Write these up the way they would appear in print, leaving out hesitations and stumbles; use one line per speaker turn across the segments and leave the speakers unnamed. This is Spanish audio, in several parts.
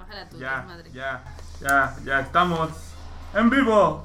Bájala tu
Ya,
desmadre.
ya estamos en vivo.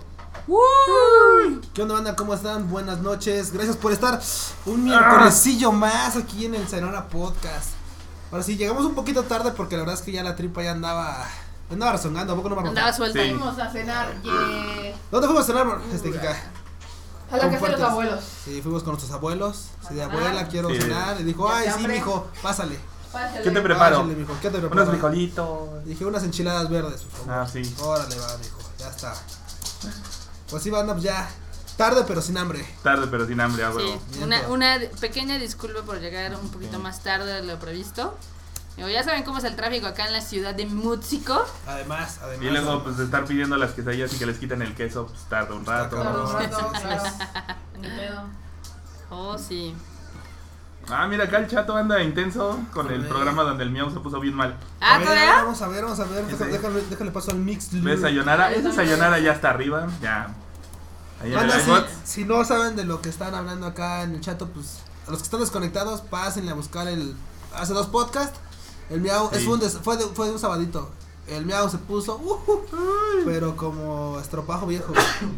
¿Qué onda, banda? ¿Cómo están? Buenas noches. Gracias por estar un miércolesillo más aquí en el Sayonara Podcast. Ahora sí, llegamos un poquito tarde porque la verdad es que ya la tripa ya andaba rezongando. ¿A poco no, Marmota?
Andaba suelta.
Sí.
Fuimos a cenar,
¿Dónde fuimos a cenar, Kika?
a la casa de los
Fuertes.
abuelos.
Sí, fuimos con nuestros abuelos. Sí, de
¿A
abuela,
cenar?
quiero
Sí.
cenar. Y dijo,
¿Ya
ay,
te
sí,
hambre?
mijo, pásale.
Pásale.
¿Qué te preparo?
Pásale, mijo, ¿qué te
Unos
preparo?
frijolitos.
Dije, unas enchiladas verdes, por favor.
Ah, sí.
Órale, va, mijo, ya está. Pues sí, banda, pues ya. Tarde, pero sin hambre.
Tarde pero sin hambre, a huevo.
Sí, una pequeña disculpa por llegar un poquito más tarde de lo previsto. Digo, ya saben cómo es el tráfico acá en la ciudad de Mútsico.
Además.
Y luego pues de estar pidiendo las quesadillas y que les quiten el queso, pues tarda un rato.
cabrón.
Claro, un rato, claro. Ni pedo.
Oh, sí.
Ah, mira, acá el chato anda intenso con el
Joder.
programa donde el miau se puso bien mal.
Ah,
A ver,
¿todavía?
Vamos a ver. Déjale paso al mix.
¿Ves Sayonara? Ese Sayonara ya está arriba, ya. Ahí en el
Banda,
iBot.
si no saben de lo que están hablando acá en el chat, pues a los que están desconectados, pásenle a buscar hace dos podcasts. El miau,
Sí.
fue de un sabadito. El miau se puso, pero como estropajo viejo.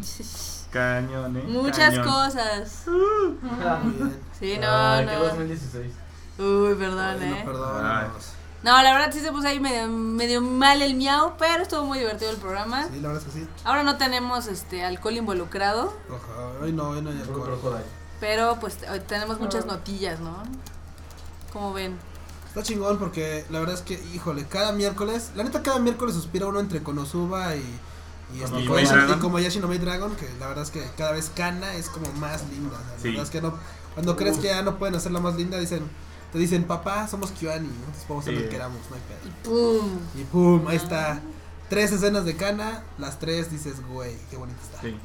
Cañón,
Muchas
cañón.
cosas.
Muy bien.
Sí, no,
Ay, qué
no.
2016.
Uy, perdón,
Bueno, perdónanos.
No, la verdad sí se puso ahí medio mal el miau, pero estuvo muy divertido el programa.
Sí, la verdad es que sí.
Ahora no tenemos alcohol involucrado,
Ojalá, hoy no hay alcohol.
pero pues hoy tenemos muchas notillas, ¿no? ¿Cómo ven?
Está chingón porque la verdad es que, híjole, cada miércoles suspira uno entre Konosuba y
Maid Dragon.
Kobayashi no Maid Dragon, que la verdad es que cada vez Kana es como más linda. O sea,
Sí.
La verdad es que no, cuando crees que ya no pueden hacerla más linda, te dicen, papá, somos Kyoani, nosotros podemos hacer lo que
Sí.
queramos, no hay pedo.
¡Pum!
Y pum, ahí está. 3 escenas de Kana, las 3 dices, güey, qué bonita está.
Sí.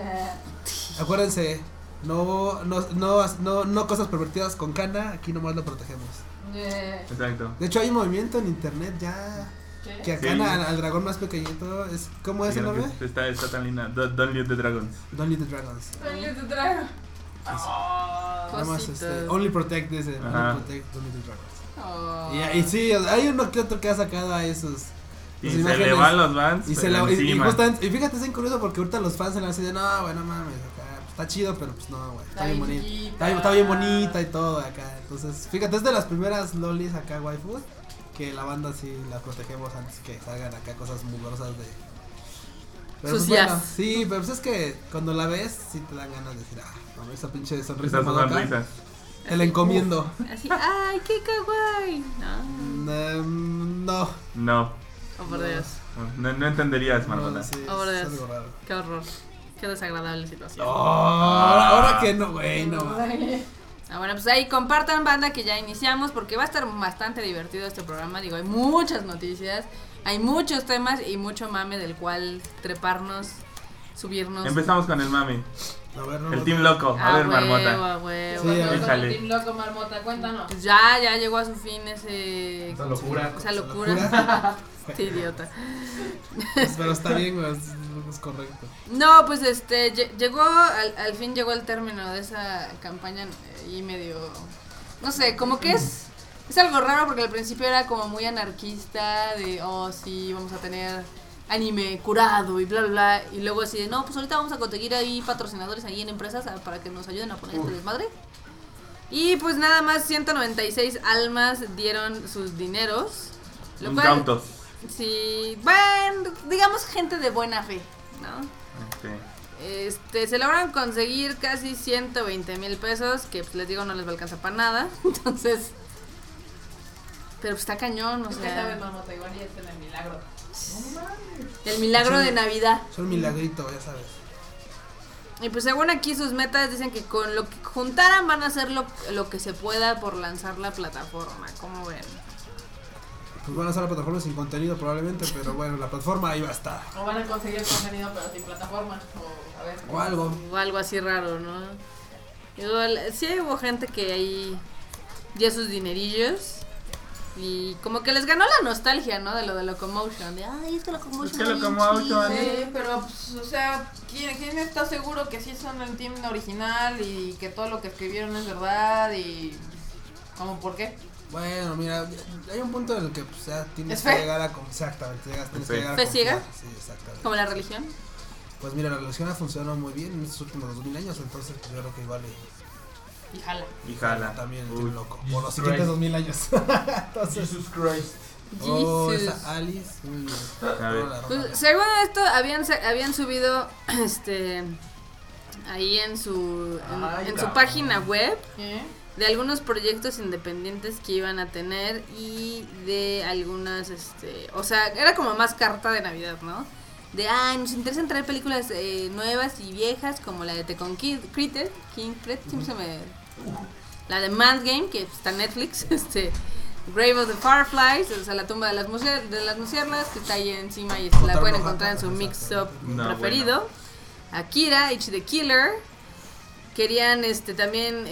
Acuérdense, no cosas pervertidas con Kana, aquí nomás lo protegemos.
Exacto.
De hecho hay un movimiento en internet ya que a
Sí.
Kana, al dragón más pequeñito, ¿cómo es el nombre?
Está tan linda. Don't Leave the Dragons.
Don't Leave the Dragons. Nada más
Cositas.
Only Protect dice,
Ajá.
Only Protect, Don't Leave the Dragons.
Oh.
Y sí, hay uno que otro que ha sacado a esos
Y
sus
se
imágenes.
le van los vans
y se
pero
la y
encima.
justamente, y fíjate, es incurioso porque ahorita los fans se le van así de, no, bueno, mames, acá, pues, está chido, pero pues no, güey, está bien bonita. Está bien bonita y todo acá. Entonces, fíjate, es de las primeras lolis acá, waifu, que la banda sí las protegemos antes que salgan acá cosas mugrosas de. Pero pues,
Sucias.
bueno, sí, pero pues es que cuando la ves, sí te dan ganas de decir, no, esa pinche sonrisa
Esas son
madoka,
sonrisas.
te la encomiendo.
Así, ¡ay, qué kawaii! No.
No.
No.
Oh, por Dios.
No entenderías, Marmota.
No, sí,
Oh, por
es
Dios.
algo raro.
Qué horror. Qué desagradable situación.
Ahora que no, güey, no.
Bueno, pues ahí compartan, banda, que ya iniciamos porque va a estar bastante divertido este programa. Digo, hay muchas noticias, hay muchos temas y mucho mame del cual treparnos, subirnos.
Empezamos con el mami.
A ver, no.
El Team Loco. A ver, Marmota.
A huevo.
Sí, a ver.
Échale.
Team Loco Marmota, cuéntanos.
Pues ya llegó a su fin
Esa locura.
esa locura. Este idiota.
Pero está bien, güey, es correcto.
No, pues llegó, al fin llegó el término de esa campaña y medio, no sé, como que es algo raro porque al principio era como muy anarquista de, oh sí, vamos a tener anime curado y bla bla bla, y luego así de, no, pues ahorita vamos a conseguir ahí patrocinadores ahí en empresas para que nos ayuden a poner este desmadre. Y pues nada más 196 almas dieron sus dineros, lo cual,
Incautos.
sí, bueno, digamos gente de buena fe, ¿no? Se lograron conseguir casi 120,000 pesos, que pues les digo no les va a alcanzar para nada, entonces, pero pues está cañón, o
¿Qué sabes,
sea,
Marmota? Igual y este es el milagro.
el milagro de Navidad.
Es un milagrito, ya sabes.
Y pues según aquí sus metas dicen que con lo que juntaran van a hacer lo que se pueda por lanzar la plataforma, ¿cómo ven?
Pues van a hacer la plataforma sin contenido probablemente, pero bueno, la plataforma ahí va a estar.
O van a conseguir contenido pero sin plataforma. O a ver.
O algo.
O algo así raro, ¿no? Igual, sí hubo gente que ahí dio sus dinerillos y como que les ganó la nostalgia, ¿no? De lo de Locomotion, de, ay, es que Locomotion
Es que
era bien
Locomotion,
chido".
Sí, pero pues, o sea, ¿quién está seguro que sí son el team original y que todo lo que escribieron es verdad y como por qué?
Bueno, mira, hay un punto en el que pues, ya tienes
¿Es
que
fe?
llegar a... Exactamente, tienes que llegar a
¿Fe
confiar.
ciega?
Sí, exactamente.
Como la religión.
Pues mira, la religión ha funcionado muy bien en estos últimos 2000 años, entonces pues, yo creo que igual
Y jala.
Y jala.
también
Uy.
tiene loco. Por los
Jesus
siguientes
Christ.
2000 años. Entonces,
Jesus Christ.
Jesus.
esa Alice, muy bien.
A ver.
Rola,
Pues,
rola.
según esto, habían subido ahí en su
Ay,
en su
cabrón.
página web
¿Qué?
de algunos proyectos independientes que iban a tener y de algunas o sea, era como más carta de Navidad, ¿no? De nos interesa traer películas nuevas y viejas como la de The Critter, King Fred, siempre se me la de Mind Game, que está en Netflix, Grave of the Fireflies, o sea, la tumba de las murciélagos, que está ahí encima y la
Otra
pueden
roja,
encontrar en su
exacto.
mix-up
No,
preferido. Akira, H the Killer. Querían también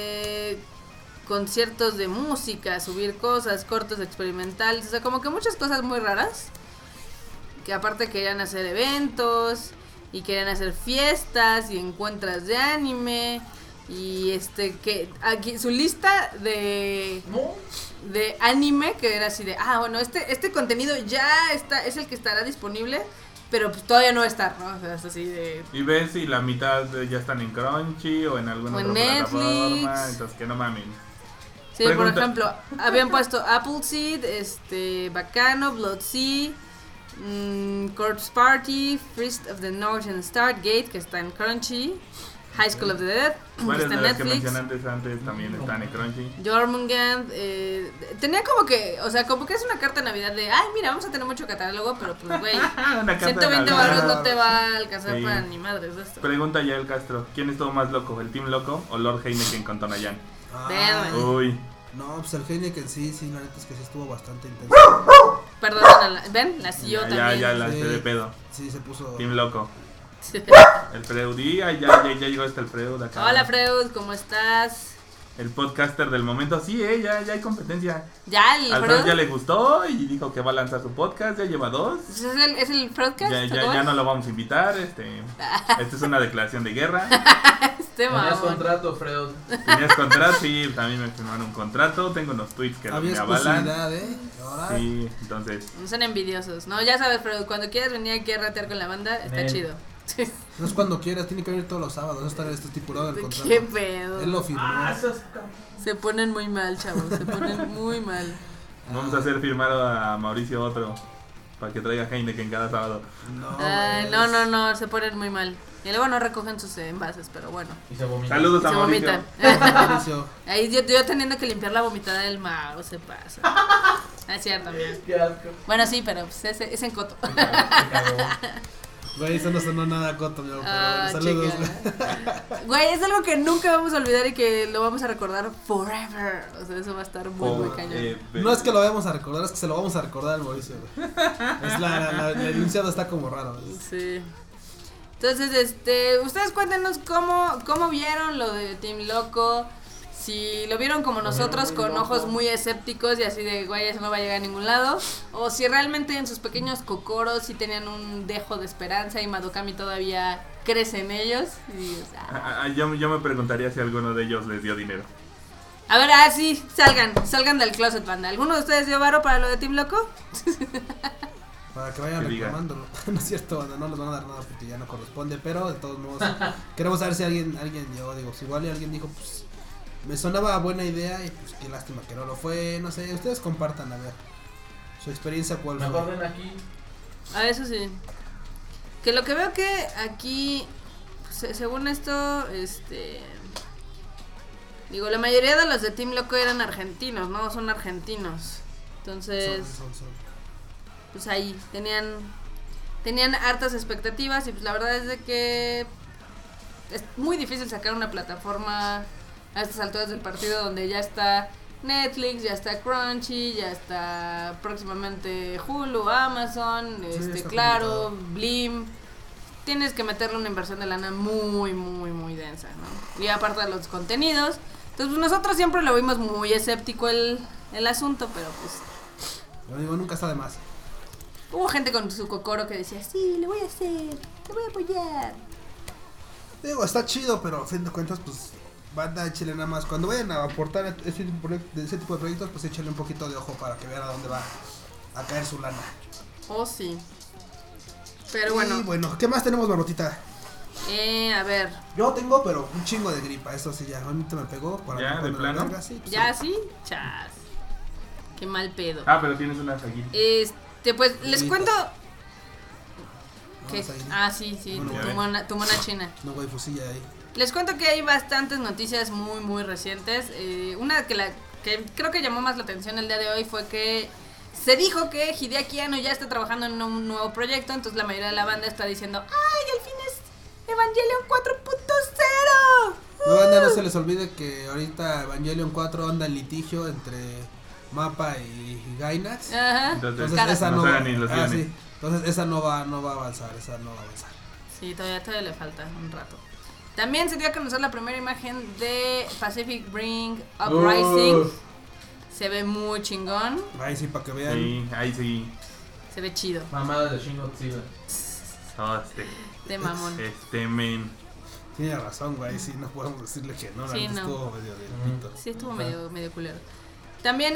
conciertos de música, subir cosas, cortos experimentales, o sea, como que muchas cosas muy raras. Que aparte querían hacer eventos y querían hacer fiestas y encuentros de anime. Y que aquí su lista de anime, que era así de, bueno, este contenido ya está, es el que estará disponible, pero pues todavía no está, ¿no? O sea, es así de...
Y ves si la mitad ya están en Crunchy o en alguna
O en
otra
Netflix.
plataforma, entonces que no mamen.
Sí,
Pregunta-
por ejemplo, habían puesto Appleseed, Bacano, Blood Sea, Corpse Party, Feast of the Northern Stargate, que está en Crunchy, High School of the Dead, que
Varias
está
de
en
las que
Netflix,
mencionaste antes también están en Crunchy.
Jormungand, tenía como que, o sea, como que es una carta de Navidad de, mira, vamos a tener mucho catálogo, pero pues, güey,
Una carta
120
de
baros
Navidad.
no te va a alcanzar
Sí.
para ni madres de esto.
Pregunta ya el Castro, ¿quién estuvo más loco, el Team Loco o Lord Heineken con Tonayán?
Ay,
Uy,
no, pues el Heineken sí, la neta es que sí estuvo bastante intenso.
Perdón, ven, la siguió también.
ya la
Sí.
hice de pedo.
Sí, se puso...
Team Loco. El Freud, ya llegó hasta el Freud acá.
Hola Freud, ¿cómo estás?
El podcaster del momento, sí, ya hay competencia.
Ya, el
Al
Freud.
Freud ya le gustó y dijo que va a lanzar su podcast, ya lleva 2.
¿Es el Freudcast?
Ya no lo vamos a invitar, esta es una declaración de guerra.
Tenías
mamón.
contrato, Freud.
Tenías contrato, sí, también me firmaron un contrato, tengo unos tweets que
Había
me avalan.
exclusividad, Ahora...
Sí, entonces,
No son envidiosos. No, ya sabes, Freud, cuando quieras venir aquí a ratear con la banda, está
Nen.
chido.
No es cuando quieras, tiene que venir todos los sábados, no está estipulado en el contrato.
Qué pedo.
Él lo firmó.
Se ponen muy mal, chavos, se ponen muy mal.
vamos a hacer firmar a Mauricio otro para que traiga Heineken cada sábado.
No,
Ay,
güey,
no, se ponen muy mal. Y luego no recogen sus envases, pero bueno.
Y se vomita.
Saludos
Se
a Mauricio.
vomitan.
Mauricio.
Ahí yo teniendo que limpiar la vomitada del Mao, se pasa. Es cierto, también.
Qué asco.
Bueno, sí, pero pues, es en coto.
Se cagó.
Güey, eso no sonó nada coto, mi amor, pero saludos, güey.
chica. Güey, es algo que nunca vamos a olvidar y que lo vamos a recordar forever. O sea, eso va a estar muy cañón.
No es que lo vayamos a recordar, es que se lo vamos a recordar al Mauricio, güey. Es el enunciado está como raro, güey.
Sí. Entonces, ustedes cuéntenos cómo vieron lo de Team Loco. Si lo vieron como nosotros,
muy
con
loco.
ojos muy escépticos y así de, güey, eso no va a llegar a ningún lado. O si realmente en sus pequeños cocoros sí tenían un dejo de esperanza y Madokami todavía crece en ellos. Y, o sea,
Yo me preguntaría si alguno de ellos les dio dinero.
a ver, sí, salgan del closet, banda. ¿Alguno de ustedes dio varo para lo de Team Loco?
Para que vayan
Que diga.
reclamándolo. No es cierto, banda, no les van a dar nada porque ya no corresponde, pero de todos modos queremos saber si alguien yo digo, si igual alguien dijo, pues me sonaba buena idea y pues qué lástima que no lo fue, no sé, ustedes compartan a ver su experiencia cuál
Mejor
fue.
ven aquí.
A eso sí. Que lo que veo que aquí, según esto, digo, la mayoría de los de Team Loco eran argentinos, ¿no? Son argentinos. Entonces,
Son.
pues ahí tenían hartas expectativas y pues la verdad es de que es muy difícil sacar una plataforma a estas alturas del partido donde ya está Netflix, ya está Crunchy, ya está próximamente Hulu, Amazon,
está
Claro,
complicado.
Blim. Tienes que meterle una inversión de lana muy, muy, muy densa, ¿no? Y aparte de los contenidos. Entonces, pues nosotros siempre lo vimos muy escéptico el asunto, pero pues
Yo digo, nunca está de más.
hubo gente con su cocoro que decía, sí, lo voy a hacer, lo voy a apoyar.
Digo, está chido, pero a fin de cuentas, pues banda, échale nada más. Cuando vayan a aportar ese tipo de proyectos, pues échale un poquito de ojo para que vean a dónde va a caer su lana.
Oh, sí. Pero
Y bueno, ¿qué más tenemos, Marmotita?
A ver.
Yo tengo, pero un chingo de gripa, eso sí, ya, ahorita me pegó. Para
¿Ya, de plano?
Sí, pues
¿Ya
sí.
sí? Chas. Qué mal pedo.
Pero tienes unas aquí.
Pues les
Grita.
cuento.
No,
¿Qué?
vas a ir.
Ah, sí,
Bueno,
tu mona china.
No, güey, fusilla ahí.
Les cuento que hay bastantes noticias muy, muy recientes. Una que creo que llamó más la atención el día de hoy fue que se dijo que Hideaki Anno ya está trabajando en un nuevo proyecto, entonces la mayoría de la banda está diciendo, ¡ay, al fin es Evangelion 4.0!
No, banda, no se les olvide que ahorita Evangelion 4 anda en litigio entre Mappa y Gainax.
Ajá.
Entonces,
Esa
no
no
se
va,
hagan ilusiones.
sí. Entonces esa no va a avanzar,
Sí, todavía le falta un rato. También se dio a conocer la primera imagen de Pacific Ring Uprising. Se ve muy chingón.
Ahí sí, para que vean.
Sí, ahí sí.
Se ve chido.
Mamada de Shin Godzilla.
De mamón.
Men.
Tiene razón, güey, sí, no podemos decirle que no, la
Sí,
neta
no.
estuvo medio de pito.
Sí, estuvo medio culero. También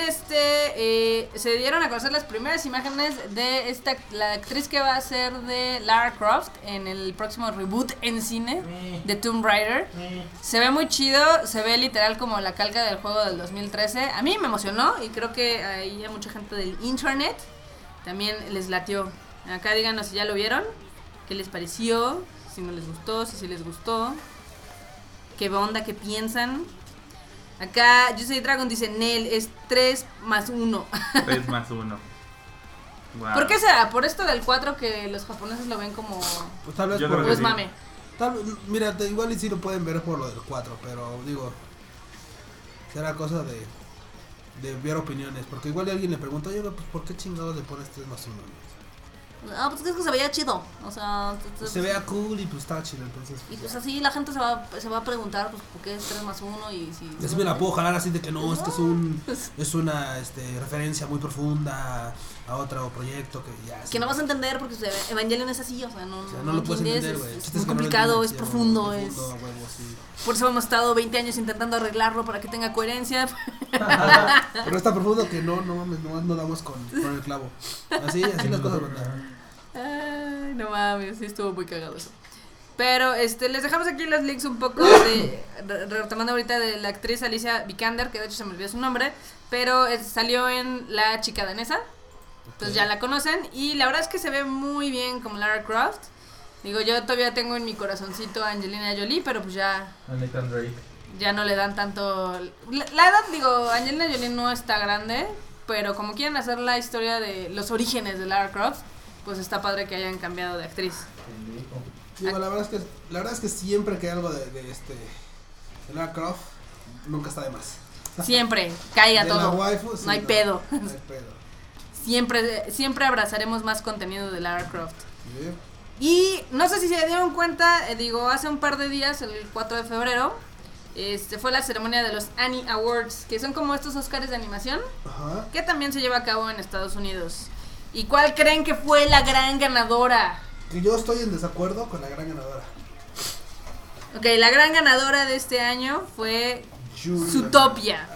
se dieron a conocer las primeras imágenes de la actriz que va a ser de Lara Croft en el próximo reboot en cine de Tomb Raider. Se ve muy chido, se ve literal como la calca del juego del 2013. A mí me emocionó y creo que ahí a mucha gente del internet también les latió. Acá díganos si ya lo vieron, qué les pareció, si no les gustó, si sí les gustó, qué onda, qué piensan. Acá Yusei Dragon dice, Nel, es 3 más 1.
3 más 1. Wow.
¿Por qué será? ¿Por esto del 4 que los japoneses lo ven como...
Pues tal vez
Yo
por
creo
pues
sí.
mame?
mira, igual y sí lo pueden ver por lo del 4, pero digo, será cosa de ver opiniones, porque igual alguien le pregunta, oye, pues ¿por qué chingados le pones 3 más 1?
Pues es que se veía chido. O sea...
Se vea cool y pues está chido, entonces.
Y pues así la gente se va a preguntar, pues, ¿por qué es 3 más 1? Y si...
Y así me la puedo jalar así de que no, es que es una referencia muy profunda a otro proyecto que ya...
Que no vas a entender porque Evangelion es así, o sea, no
lo puedes
entiendes,
entender, güey.
es muy complicado, es profundo,
a huevo, sí.
Por eso hemos estado 20 años intentando arreglarlo para que tenga coherencia.
Pero está profundo que no mames, no damos con el clavo. Así las cosas, ¿verdad?
Ay, no mames, sí estuvo muy cagado eso. Pero les dejamos aquí los links un poco retomando ahorita de la actriz Alicia Vikander, que de hecho se me olvidó su nombre, pero salió en La chica danesa. Entonces ya la conocen y la verdad es que se ve muy bien como Lara Croft. Digo, yo todavía tengo en mi corazoncito a Angelina Jolie, pero pues ya
Nathan Drake.
ya no le dan tanto... La edad, digo, Angelina Jolie no está grande, pero como quieren hacer la historia de los orígenes de Lara Croft, pues está padre que hayan cambiado de actriz.
Digo, la verdad es que siempre que hay algo de Lara Croft, nunca está de más.
Siempre, caiga
De
todo.
la waifu, sí,
No hay pedo.
No hay pedo.
Siempre abrazaremos más contenido de Lara Croft.
Sí.
Y no sé si se dieron cuenta, hace un par de días, el 4 de febrero, fue la ceremonia de los Annie Awards, que son como estos Oscars de animación,
Ajá.
que también se lleva a cabo en Estados Unidos. ¿Y cuál creen que fue la gran ganadora?
Que yo estoy en desacuerdo con la gran ganadora.
Ok, la gran ganadora de este año fue
Julian.
Zootopia.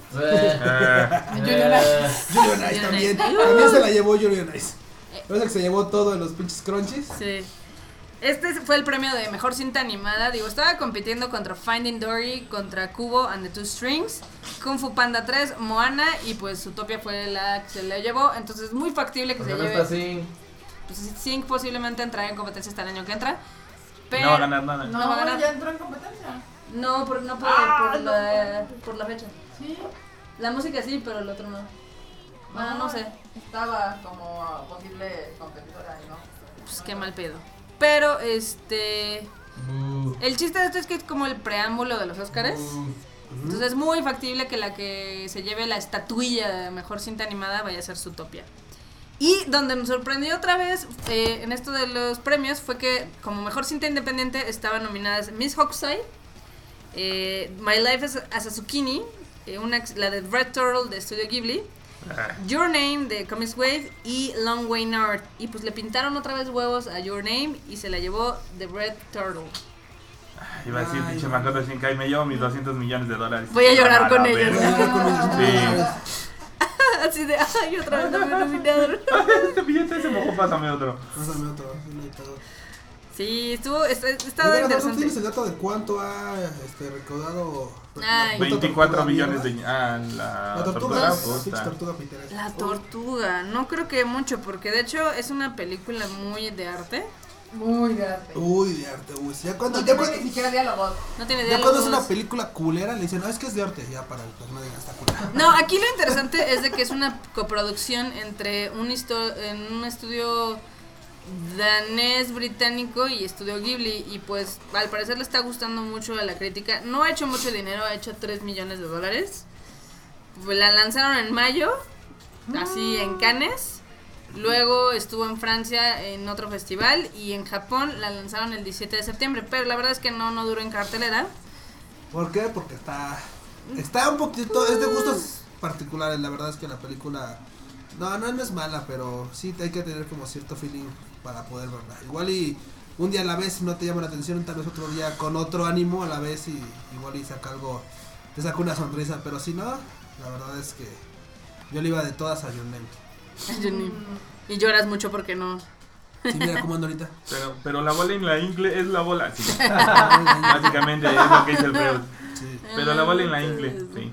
Julian Ice también. También se la llevó Julian Ice. Parece que se llevó todo en los pinches crunchies.
Sí. Este fue el premio de mejor cinta animada. Digo, estaba compitiendo contra Finding Dory, contra Kubo and the Two Strings, Kung Fu Panda 3, Moana y pues Zootopia fue la que se la llevó. Entonces es muy factible que se lleve. Pues Sing posiblemente entrará en competencia hasta el año que entra. Pero
No va a ganar nada.
No va a ganar.
ya entró en competencia.
No, por la fecha.
Sí,
La música sí, pero el otro no. Bueno, no sé.
Estaba como posible competidora y no.
Pues qué mal pedo. Pero el chiste de esto es que es como el preámbulo de los Óscares. Entonces es muy factible que la que se lleve la estatuilla de mejor cinta animada vaya a ser Zootopia. Y donde nos sorprendió otra vez en esto de los premios fue que como mejor cinta independiente estaban nominadas Miss Hokusai, My Life as a Zucchini, la de Red Turtle de Studio Ghibli, Your Name de Comics Wave y Long Way North. Y pues le pintaron otra vez huevos a Your Name y se la llevó The Red Turtle.
Iba a decir,
Ay,
pinche
no.
Makoto Shinkai, me llevo mis $200 millones.
Voy a llorar
Ah,
con
la
ellos.
verga.
Sí.
Así de, ay, otra vez no me nominaron.
Este billete se mojó, pásame otro.
Pásame otro, sí, no hay pedo.
Sí, estaba
Oigan, ¿tú
interesante.
tienes el dato de cuánto ha
Ay.
recaudado? la puta
24
tortuga
billones
viva?
de... Ah, la
La tortuga,
tortuga,
sí,
puta.
tortuga pinteresa.
La tortuga, no creo que mucho, porque de hecho es una película muy de arte.
Muy de arte.
Uy, de arte, uy. Ya cuando,
No
ya
tiene
cuando,
ni siquiera diálogos.
No tiene
ya
diálogos.
cuando es una película culera, le dicen, no, es que es de arte. Ya para el pues no digan, está culera.
No, aquí lo interesante es de que es una coproducción entre un estudio danés británico y estudio Ghibli, y pues al parecer le está gustando mucho a la crítica. No ha hecho mucho dinero, ha hecho $3 millones. La lanzaron en mayo, así en Cannes. Luego estuvo en Francia en otro festival, y en Japón la lanzaron el 17 de septiembre, pero la verdad es que no duró en cartelera.
¿Por qué? Porque está un poquito, es de gustos particulares. La verdad es que la película no es mala, pero sí hay que tener como cierto feeling para poder verla. Igual y un día a la vez no te llama la atención, tal vez otro día con otro ánimo a la vez, y igual y saca algo, te saca una sonrisa, pero si no, la verdad es que yo le iba de todas a Your Name.
Y lloras mucho porque no.
Sí, mira cómo ando ahorita.
Pero la bola en la ingle es la bola, sí. Básicamente es lo que dice el Freud.
Sí.
Pero la bola en la ingle, sí.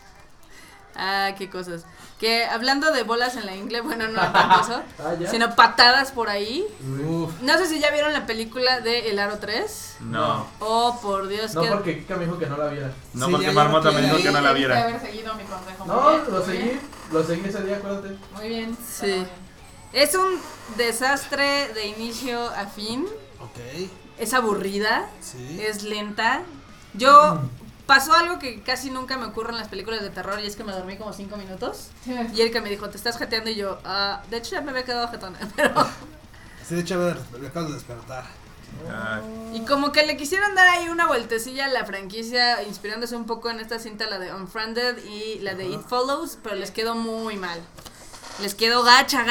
Ah, qué cosas. Que hablando de bolas en la ingle, bueno, no tanto eso,
¿Ya?
sino patadas por ahí.
Uf.
No sé si ya vieron la película de El Aro 3.
No.
Oh, por Dios,
No,
que
porque Kika me dijo que no la viera.
No,
Sí,
porque
ya
Marmota me
quiero.
dijo que no la
Debiste
viera.
haber seguido mi consejo.
No,
Muy bien,
lo
muy bien.
seguí ese día, acuérdate.
Muy bien.
Sí. Es un desastre de inicio a fin.
Ok,
Es aburrida,
sí.
es lenta. Yo pasó algo que casi nunca me ocurre en las películas de terror, y es que me dormí como 5 minutos. Y Erika me dijo, ¿te estás jeteando? Y yo, de hecho ya me había quedado jetona, pero...
Sí, de hecho, a ver, me acabo de despertar.
Ah,
Y como que le quisieron dar ahí una vueltecilla a la franquicia, inspirándose un poco en esta cinta, la de Unfriended y la de It Follows, pero les quedó muy mal. Les quedó gacha.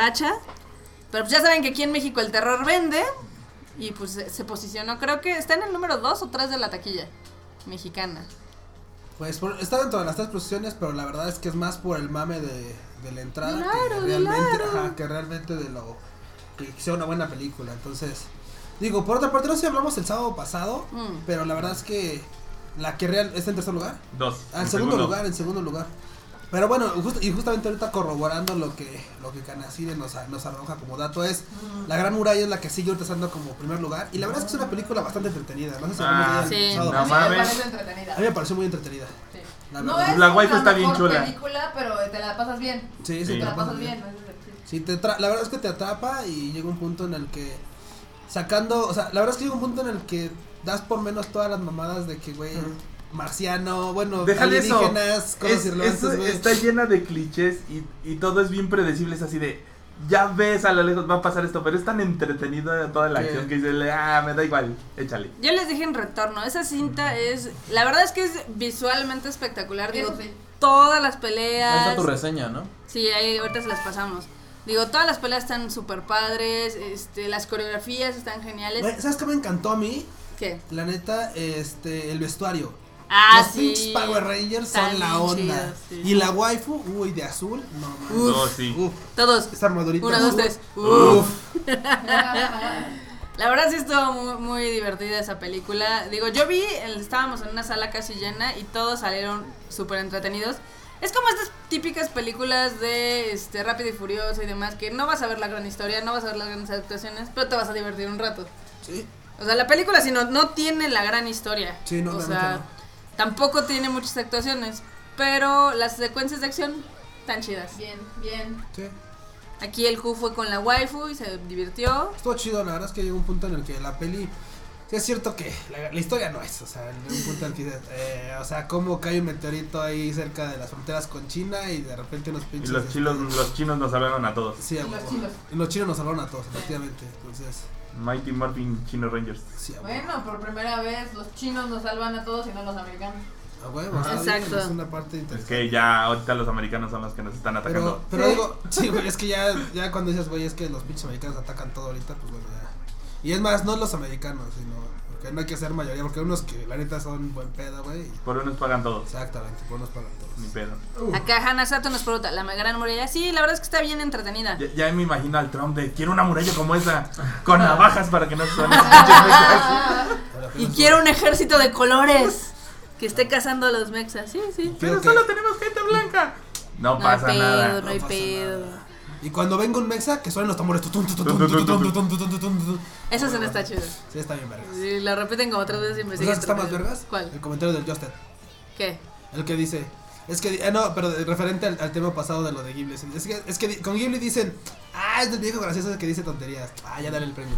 Pero pues ya saben que aquí en México el terror vende, y pues se posicionó, creo que está en el número 2 o 3 de la taquilla mexicana.
Pues está dentro de las 3 posiciones, pero la verdad es que es más por el mame de la entrada
Claro,
que realmente,
claro.
ajá, que realmente de lo que sea una buena película. Entonces, digo, por otra parte, no sé si hablamos el sábado pasado, pero la verdad es que la que real está en tercer lugar.
2.
En segundo lugar. Pero bueno, justamente ahorita corroborando lo que Canacide nos arroja como dato es La Gran Muralla es la que sigue ahorita estando como primer lugar, y la verdad es que es una película bastante entretenida. No sé si hablamos de ella el
sí.
sábado
No
pasado.
A mí me
mames.
parece entretenida.
A mí me pareció muy entretenida.
Sí.
La
No
verdad.
es
La waifu
la
está bien
mejor
chula.
película, pero te la pasas bien.
Sí,
Sí.
sí,
Te
te
la
la
pasas
pasas
bien.
bien. Sí, la verdad es que te atrapa, y llega un punto en el que sacando, o sea, la verdad es que llega un punto en el que das por menos todas las mamadas de que, güey, marciano, bueno,
Déjale eso.
alienígenas, cosas irrelevantes, güey.
Está llena de clichés y todo es bien predecible. Es así de, ya ves a lo lejos va a pasar esto, pero es tan entretenida toda la
Sí.
acción que dices, me da igual, échale.
Yo les dije en retorno, esa cinta es, la verdad es que es visualmente espectacular, digo,
Eso sí.
todas las
Ahí
peleas.
está tu reseña, ¿no?
Sí, ahí ahorita se las pasamos. Digo, todas las peleas están súper padres, las coreografías están geniales.
Güey, ¿sabes qué me encantó a mí?
¿Qué?
La neta, el vestuario.
Ah,
Los
sí.
pinches Power Rangers son
Están
la
bien
onda.
chidos, sí.
Y la waifu, uy, de azul, no mames.
No, sí.
Uf,
Todos.
esa armadurita.
1, 2, 3.
Uf.
La verdad sí estuvo muy, muy divertida esa película. Digo, yo vi, estábamos en una sala casi llena y todos salieron súper entretenidos. Es como estas típicas películas de Rápido y Furioso y demás, que no vas a ver la gran historia, no vas a ver las grandes actuaciones, pero te vas a divertir un rato.
Sí.
O sea, la película si no tiene la gran historia.
Sí, no,
o
realmente
sea, tampoco tiene muchas actuaciones, pero las secuencias de acción están chidas.
Bien, bien.
Sí.
Aquí el Q fue con la waifu y se divirtió.
Estuvo chido, la verdad es que llegó un punto en el que la peli, sí es cierto que la historia no es, o sea, en un punto en el que, o sea, cómo cae un meteorito ahí cerca de las fronteras con China y de repente unos
Y
pinches.
los chinos nos salvaron a todos.
Sí, a
Y los
huevo.
chinos.
Y los chinos nos salvaron a todos, efectivamente, entonces,
Mighty Morphin Chino Rangers.
sí, a huevo.
Bueno, por primera vez los chinos nos salvan a todos y no los americanos.
A huevo, está bien,
Exacto.
es una parte
Es
interesante.
que ya ahorita los americanos son los que nos están atacando.
Pero
Sí.
digo, sí, güey, es que ya cuando dices, güey, es que los pinches americanos atacan todo ahorita, pues bueno, ya. Y es más, no los americanos, sino, porque que no hay que ser mayoría, porque hay unos que la neta son buen pedo, güey.
Por unos pagan todos.
Exactamente, por unos pagan todos.
Ni pedo.
Acá Hannah Sato nos pregunta, ¿la gran muralla? Sí, la verdad es que está bien entretenida.
Ya me imagino al Trump de quiero una muralla como esa, con navajas para que no se suenen esos pinches mexas.
Y quiero un ejército de colores que esté cazando a los mexas. Sí, sí.
Pero
Creo
solo
que-
tenemos gente blanca. No
No hay
pasa
pedo,
nada.
no hay
pasa
pedo.
nada. Y cuando venga un mexa, que suenen los tambores. Tutun, tutun, tutun, tutun, tutun, tutun, tutun, tutun, tutun.
Esa escena está chida.
Sí, está bien vergas.
Sí, la repiten como 3 veces y me sigue
¿Sabes qué está más
entreteniendo.
vergas?
¿Cuál?
El comentario del Justin.
¿Qué?
El que dice. Es que, no, pero referente al tema pasado de lo de Ghibli. Es que con Ghibli dicen, es del viejo gracioso que dice tonterías. Ya dale el premio.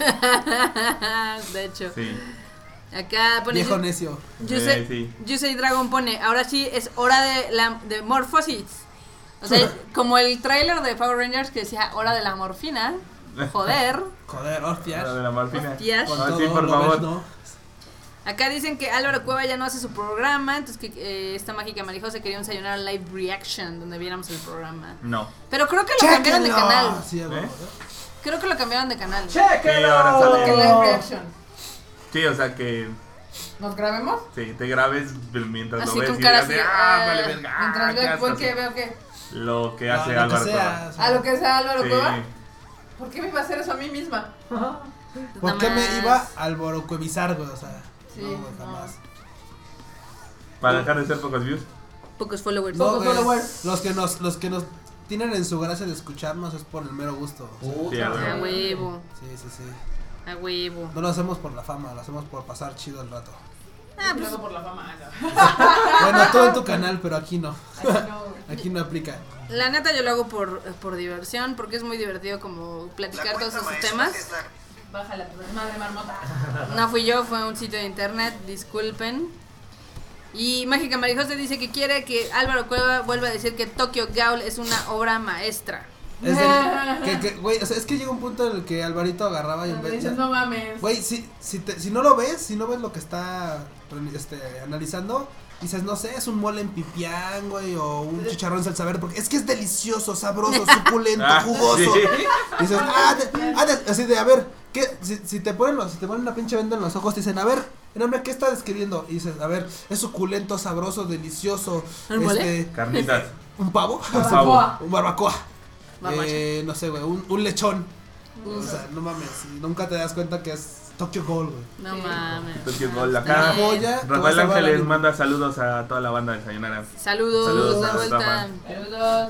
De hecho.
Sí.
Acá pone.
Viejo necio.
Sí.
Yusei Dragon pone, ahora sí es hora de Morphosis. O sea, como el tráiler de Power Rangers que decía hora de la morfina. Joder.
Joder, hostias.
La de la morfina.
Hostias.
Con
Ah,
todo,
sí, por
¿lo
favor.
ves, no?
Acá dicen que Álvaro Cueva ya no hace su programa, entonces que esta mágica marijosa quería ensayar una live reaction donde viéramos el programa.
No.
Pero creo que lo cambiaron de
¡Chéquenlo!
canal.
Sí, güey.
Creo que lo cambiaron de canal.
Sí, ahora
Como
sale.
que live reaction.
Sí, o sea que
¿Nos grabemos?
sí, te grabes mientras
Así
lo ves
con
y
cara
digas,
así,
vale verga,
Mientras
qué
veo
asco,
qué
sí.
veo qué.
Lo que
No,
hace
lo que
Álvaro
sea,
Cueva.
o sea,
A lo que sea Álvaro
Sí.
Cueva. ¿Por qué me iba a hacer eso a mí misma?
¿Por
Nada
qué me
más.
iba a alborocuevizar, güey? O sea,
Sí,
no, güey,
no.
jamás.
Para dejar de ser pocos views.
Pocos followers.
No,
Pocos
güey,
followers.
los que nos tienen en su gracia de escucharnos es por el mero gusto. O sea,
Sí, a
A
huevo.
huevo,
sí, sí, sí.
a huevo.
No lo hacemos por la fama, lo hacemos por pasar chido el rato.
Ah, pues
Empezando por la fama.
Bueno, todo en tu canal, pero aquí no.
Así no.
Aquí no aplica.
la neta yo lo hago por diversión, porque es muy divertido como platicar todos esos temas.
Bájala, madre marmota.
No fui yo, fue un sitio de internet, disculpen. Y Mágica Marijosa dice que quiere que Álvaro Cueva vuelva a decir que Tokyo Ghoul es una obra maestra.
Es güey, o sea, es que llega un punto en el que Alvarito agarraba y en
Me
vez
dices, no mames.
güey, si no lo ves, si no ves lo que está analizando, dices, no sé, es un mole en pipián, güey, o un chicharrón en salsa verde, porque es que es delicioso, sabroso, suculento,
Ah,
jugoso.
sí.
Dices, así de, a ver, ¿qué? Si te ponen una pinche venda en los ojos, te dicen, a ver, hombre, ¿qué está describiendo? Y dices, a ver, es suculento, sabroso, delicioso.
¿El mole?
Carnitas.
¿Un pavo?
Barbacoa.
Un barbacoa.
Barbacha.
No sé, güey, un lechón. O sea, no mames, y nunca te das cuenta que es Tokyo Ghoul, güey.
No
Sí.
mames.
Tokyo Ghoul.
Una
Acá
joya. que vas
Rafael
a ver
Ángeles
anime.
manda saludos a toda la banda de Desayunara.
Saludos,
Saludos
de
a
vuelta.
Rafa.
Saludos.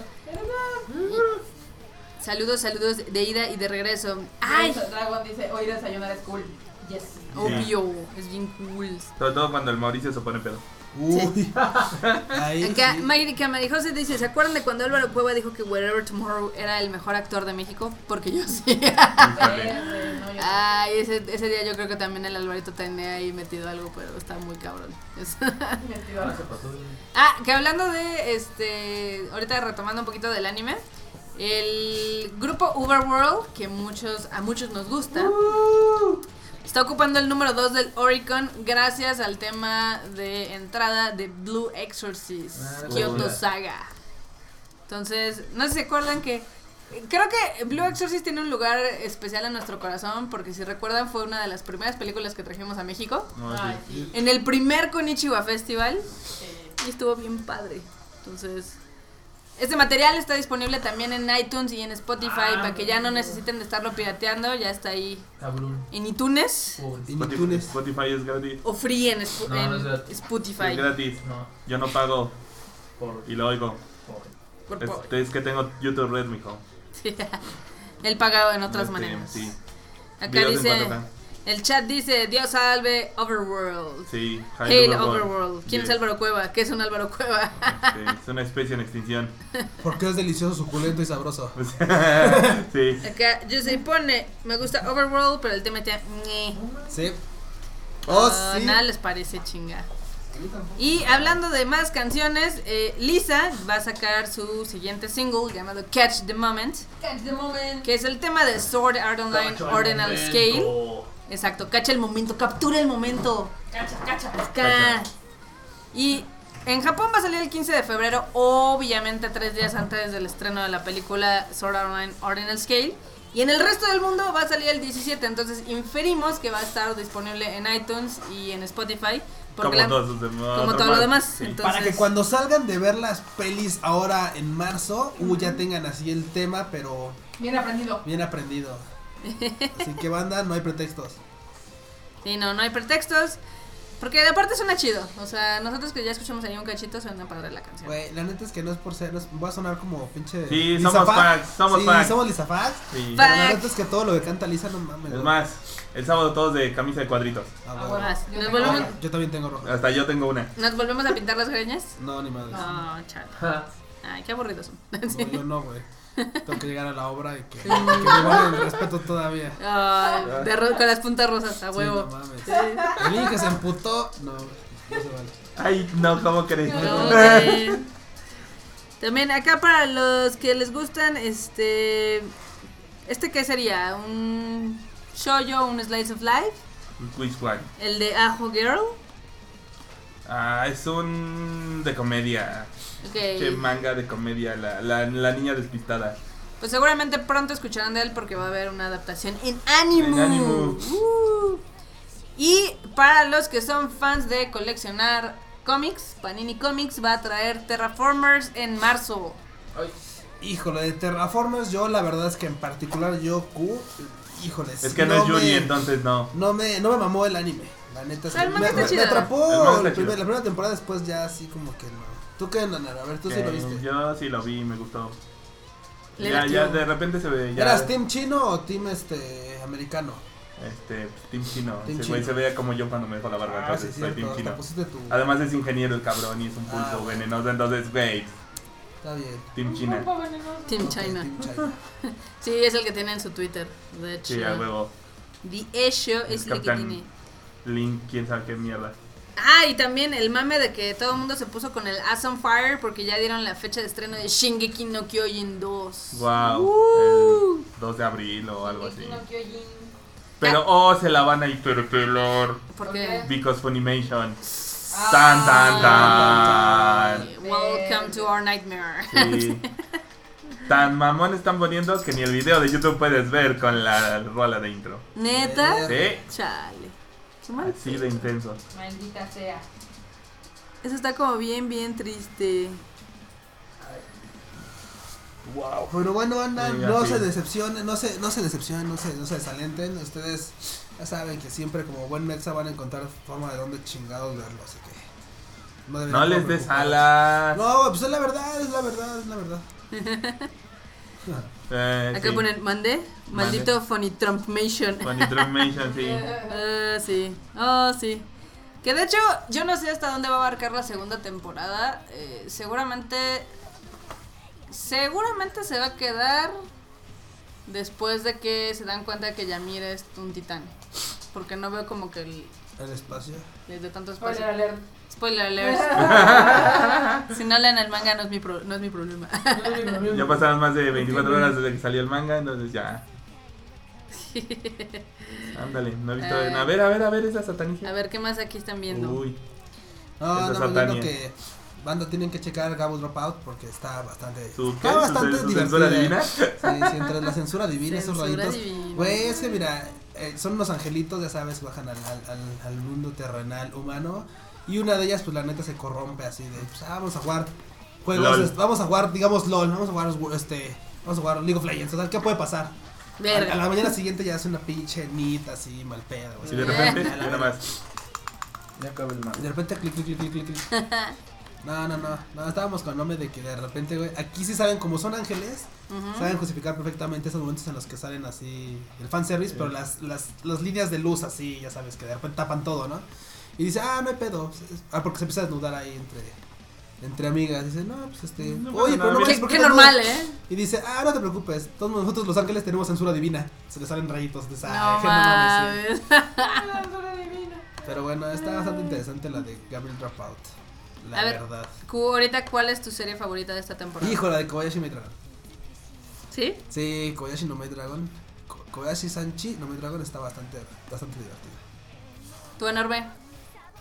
Saludos de ida y de regreso. Ay,
Dragon dice, hoy desayunar es cool. Yes.
obvio, es bien cool.
Sobre todo cuando el Mauricio se pone pedo.
Uy. Ahí.
Acá
sí.
Mágica Marijosa dice, ¿se acuerdan de cuando Álvaro Cueva dijo que Wherever Tomorrow era el mejor actor de México? Porque yo sí.
Híjole.
No, yo
Ay, ese día yo creo que también el Alvarito tenía ahí metido algo, pero está muy cabrón.
metido.
Que hablando de, ahorita retomando un poquito del anime, el grupo Uberworld, que a muchos nos gusta, está ocupando el número 2 del Oricon gracias al tema de entrada de Blue Exorcist, Kyoto Saga. Entonces, no sé si se acuerdan que creo que Blue Exorcist tiene un lugar especial en nuestro corazón, porque si recuerdan fue una de las primeras películas que trajimos a México
No,
Ay,
sí.
sí.
en el primer Konichiwa Festival y estuvo bien padre. Entonces, este material está disponible también en iTunes y en Spotify para que ya no necesiten de estarlo pirateando, ya está ahí
Cabrón.
en iTunes
Y ni Túnez.
Spotify es gratis.
o free en,
No, no es gratis.
Spotify.
Es gratis.
No,
Yo no pago
por.
y lo oigo.
Por pobre.
Es que tengo YouTube Red, mijo.
Sí. El pagado en otras
Este,
maneras.
Sí.
Acá
Videos en
dice,
4K.
el chat dice, Dios salve Overworld.
Sí.
Hail Overworld. ¿Quién es
Sí.
Álvaro Cueva? ¿Qué es un Álvaro Cueva?
Sí, es una especie en extinción.
Porque es delicioso, suculento y sabroso.
Sí.
Acá Jose pone, me gusta Overworld, pero el tema está...
Sí. Oh, sí.
Nada les parece chinga. Y hablando de más canciones, Lisa va a sacar su siguiente single llamado Catch the Moment,
Catch the moment.
que es el tema de Sword Art Online Ordinal Scale. Exacto, cacha el momento, captura el momento.
Cacha, cacha.
Acá. Y En Japón va a salir el 15 de febrero, obviamente 3 días antes del estreno de la película Sword Art Online Ordinal Scale. Y en el resto del mundo va a salir el 17, entonces inferimos que va a estar disponible en iTunes y en Spotify.
Como todo
lo demás.
Sí.
Entonces,
Para que cuando salgan de ver las pelis ahora en marzo, ya tengan así el tema, pero
Bien aprendido.
bien aprendido. Así que banda, no hay pretextos.
Sí, no hay pretextos. Porque de aparte suena chido. O sea, nosotros que ya escuchamos ahí un cachito, suena padre la canción.
Güey, la neta es que no es por ser, voy a sonar como pinche
Sí,
Lisa
somos
Fax.
fans, somos
Sí,
fans.
somos Lisa Fax.
Sí.
Pero la neta es que todo lo que canta Lisa no mames.
Es
güey.
más, el sábado todos de camisa de cuadritos.
Ah,
Ah,
güey.
bueno.
Vas,
Yo
nos
tengo
volvemos,
otra.
Yo también tengo rojo.
Hasta yo tengo una.
¿Nos volvemos a pintar las greñas?
No, ni madre.
No, chale. Ay, qué aburridos son.
No, yo no, güey. Tengo que llegar a la obra y que me valga el respeto todavía.
Ay, con las puntas rosas, a huevo.
Sí, no mames. El niño que se emputó, no se vale.
Ay, no, ¿cómo crees?
No, güey. También acá para los que les gustan, ¿qué sería? ¿Un shoujo, un slice of life?
Which one?
El de Ajo Girl.
Ah, es un de comedia. Che,
Ok.
manga de comedia, la niña despistada.
Pues seguramente pronto escucharán de él porque va a haber una adaptación en Animo.
En Animo.
Y para los que son fans de coleccionar cómics, Panini Comics va a traer Terraformers en marzo.
Híjole, de Terraformers, yo la verdad es que en particular Yoku, híjole.
Es que no es Yuri, entonces no.
No me mamó el anime. La neta es
Pero el
que
manga está
me
chido.
El
atrapó
manga está
la
chido.
primera temporada, después ya así como que no. ¿Tú qué, Nanara? A ver, tú sí lo viste.
Yo sí lo vi, me gustó.
Le
Ya,
latió.
ya de repente se ve. Ya,
¿Eras team chino o team americano?
Team chino.
Team
Ese güey
chino.
se veía como yo cuando me dejó la barba.
Ah,
Entonces
sí,
soy
cierto.
team
Te
chino.
pusiste tu...
Además es ingeniero el cabrón y es un pulpo
bueno.
venenoso. Entonces, güey,
Está bien.
Team China.
Team
Ok,
China.
Team China.
Sí, es el que tiene en su Twitter. De hecho,
Sí, a huevo.
The Esho es el que
Capitán
tiene.
Link, quién sabe qué mierda.
Ah, y también el mame de que todo el mundo se puso con el Ass on Fire porque ya dieron la fecha de estreno de Shingeki no Kyojin 2.
Wow. El 2 de abril o algo así. Pero, se la van a hiperpelar.
Porque
Because Funimation. Tan, tan.
welcome to our nightmare.
Sí. Tan mamón están poniendo que ni el video de YouTube puedes ver con la rola de intro.
¿Neta?
Sí.
Chale. Qué mal
Así de
pedo.
intenso.
Maldita sea.
Eso está como bien triste.
Wow.
Pero bueno, anda,
Sí,
no
así.
se decepcionen, no se desalenten. Ustedes ya saben que siempre como buen mexa van a encontrar forma de dónde chingados verlo, así que no deberían
No les
estar
des
preocupados.
alas.
No, pues es la verdad.
Acá
Sí.
ponen, mandé. Maldito Funny Trumpmation.
Funimation, sí.
Sí. Oh, sí. Que de hecho, yo no sé hasta dónde va a abarcar la segunda temporada. Seguramente se va a quedar después de que se dan cuenta de que Ymir es un titán. Porque no veo como que
El espacio.
de tanto espacio.
Spoiler alert.
Spoiler alert. Si no leen el manga no es mi problema.
Ya pasaron más de 24 horas desde que salió el manga, entonces ya. Ándale, no he visto. A ver esa satanicia.
A ver, ¿qué más aquí están viendo?
Uy,
No,
Esa
andamos viendo
Satania.
que banda tienen que checar Gabo Dropout porque está bastante
¿Su qué?
está bastante
¿Su
divertida.
censura divina?
Sí, entre la censura divina, esos
Censura
rayitos.
divina.
Güey, es que mira, son unos angelitos, ya sabes, que bajan al mundo terrenal humano. Y una de ellas, pues la neta se corrompe así de, pues vamos a jugar juegos,
LOL.
vamos a jugar, digamos LOL, vamos a jugar League of Legends, o sea, ¿qué puede pasar?
Verga.
A la mañana siguiente ya hace una pinche nita así, mal pedo.
Y de repente,
A la
nada
verga.
más.
Ya acaba el
Y
manga.
de repente clic. No, estábamos con el nombre de que de repente, güey, aquí sí saben, como son ángeles,
Ujú.
saben justificar perfectamente esos momentos en los que salen así el fanservice, pero las líneas de luz así, ya sabes, que de repente tapan todo, ¿no? Y dice, no hay pedo, porque se empieza a desnudar ahí entre amigas, dice, no, pues
No
oye,
pasa
pero
nada,
no
mira.
ves por
Qué
no
normal,
desnudas?"
¿eh?
Y dice, no te preocupes, todos nosotros los ángeles tenemos censura divina, se le salen rayitos de esa,
No
que mames, sí.
mames.
Pero bueno, está bastante interesante la de Gabriel Dropout, la
A ver.
verdad.
Ahorita, ¿cuál es tu serie favorita de esta temporada?
Hijo, la de Kobayashi Maid Dragon.
¿Sí?
Sí, Kobayashi no Maid Dragon. Kobayashi Sanchi no Maid Dragon está bastante divertida.
¿Tu enorme?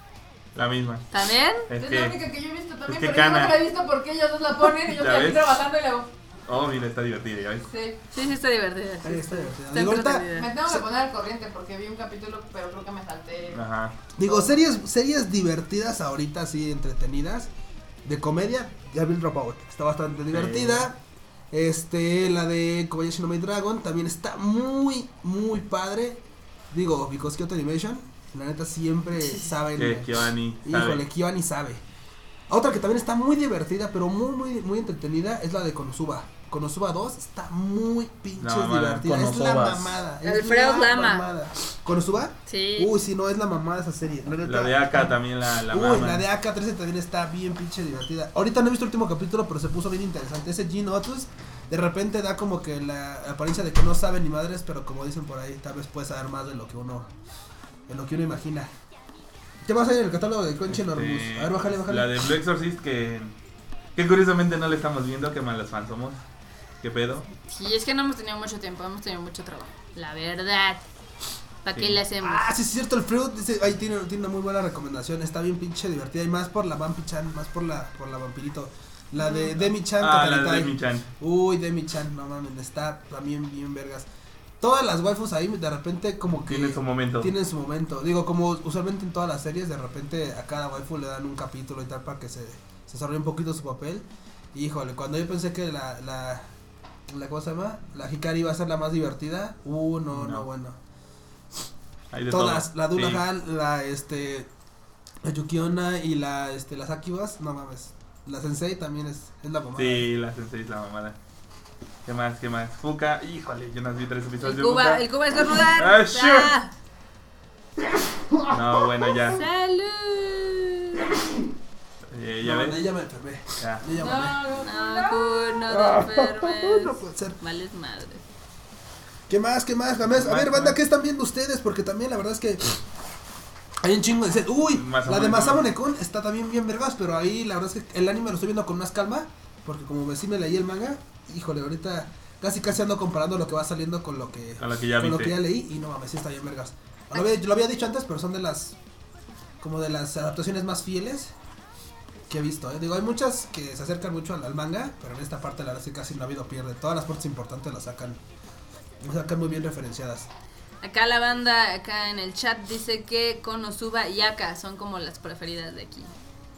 La misma.
¿También?
Es
Es la única que yo he visto también,
que
pero yo no
Kana.
la he visto porque ellos dos la ponen y yo
¿Ya
estoy aquí
ves?
trabajando y la hago.
Oh, mira, está divertida, ¿ya ves?
Sí.
Sí, está divertida.
Ahí está divertida.
Está
Digo, ahorita,
entretenida.
Me tengo que poner al corriente porque vi un capítulo, pero creo que me salté.
Ajá.
digo, series divertidas ahorita, así, entretenidas, de comedia, ya vi el Dropout, está bastante divertida. La de Kobayashi no Maid Dragon también está muy, muy padre. Digo, because Kyoto Animation, la neta siempre saben.
Que Kiwani sabe.
Híjole, Kiwani sabe. Otra que también está muy divertida, pero muy, muy, muy entretenida, es la de Konosuba. Konosuba 2 está muy pinches
La mamada.
divertida. Es la
Konosubas.
mamada. es
Alfredo
la
Lama.
mamada. ¿Konosuba?
Sí.
Uy, sí, no, es la mamada esa serie. La, neta,
La de Aka también la
Uy,
mama.
la de AK-13 también está bien pinche divertida. Ahorita no he visto el último capítulo, pero se puso bien interesante. Ese Gene Otus de repente da como que la apariencia de que no sabe ni madres, pero como dicen por ahí, tal vez puede saber más de lo que uno imagina. ¿Qué más hay en el catálogo de Crunchy Enormous? A ver, bájale.
La de Blue Exorcist que curiosamente no la estamos viendo, que malas fans somos. ¿Qué pedo?
Sí, es que no hemos tenido mucho tiempo, hemos tenido mucho trabajo. La verdad. ¿Para qué
Sí.
le hacemos?
Ah, sí, es cierto, el Fruit dice, ahí tiene una muy buena recomendación, está bien pinche divertida y más por la Vampi-chan, más por la vampirito. La de Demi-chan,
Ah, la de
Kataritai.
Demi-chan.
Uy, Demi-chan, no mames, está también bien vergas. Todas las waifus ahí de repente como que
Tiene su momento.
tienen su momento. Digo, como usualmente en todas las series, de repente a cada waifu le dan un capítulo y tal para que se desarrolle un poquito su papel. Y, híjole, cuando yo pensé que la ¿cómo se llama? La Hikari iba a ser la más divertida. No, bueno.
Hay de
Todas,
todo.
la Duna
Sí.
Han, la Yukiona y las Akibas, no mames. La Sensei también es la mamá.
Sí, la Sensei es la mamada. ¿Qué más? Fuka, híjole, yo no vi 3 episodios de
Cuba,
Fuka.
el Cuba es estornudar.
Ah, sure.
Ah,
No, bueno, ya.
¡Salud!
¿Ya
No,
ves?
ya me enfermé.
Ya.
Ya mamé.
No, Kun, no te enfermes.
No puede ser.
Vales madre.
¿Qué más? A ver, banda, ¿qué están viendo ustedes? Porque también la verdad es que hay un chingo de set. Uy,
Masamune
la de
Kun.
Masamune Kun está también bien vergas, pero ahí la verdad es que el anime lo estoy viendo con más calma, porque como sí me leí el manga, híjole, ahorita casi ando comparando lo que va saliendo con lo que
Con lo que ya
con lo
viste.
que ya leí y no mames, sí está bien vergas. Lo había dicho antes, pero son de las adaptaciones más fieles que he visto, Digo, hay muchas que se acercan mucho al manga, pero en esta parte la verdad es que casi no ha habido pierde. Todas las partes importantes las sacan muy bien referenciadas.
Acá la banda, acá en el chat, dice que Konosuba y Aka son como las preferidas de aquí.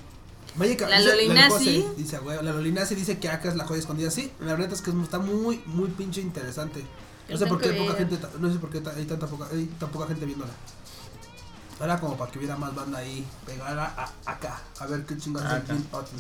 La Lolinasi.
Dice, güey, la Lolinasi dice que Aka es la joya escondida. Sí, la verdad es que está muy, muy pinche interesante. No sé por qué hay tan poca gente viéndola. Era como para que hubiera más banda ahí pegada a acá. A ver qué chingados es el
Acá.
Teen Otis.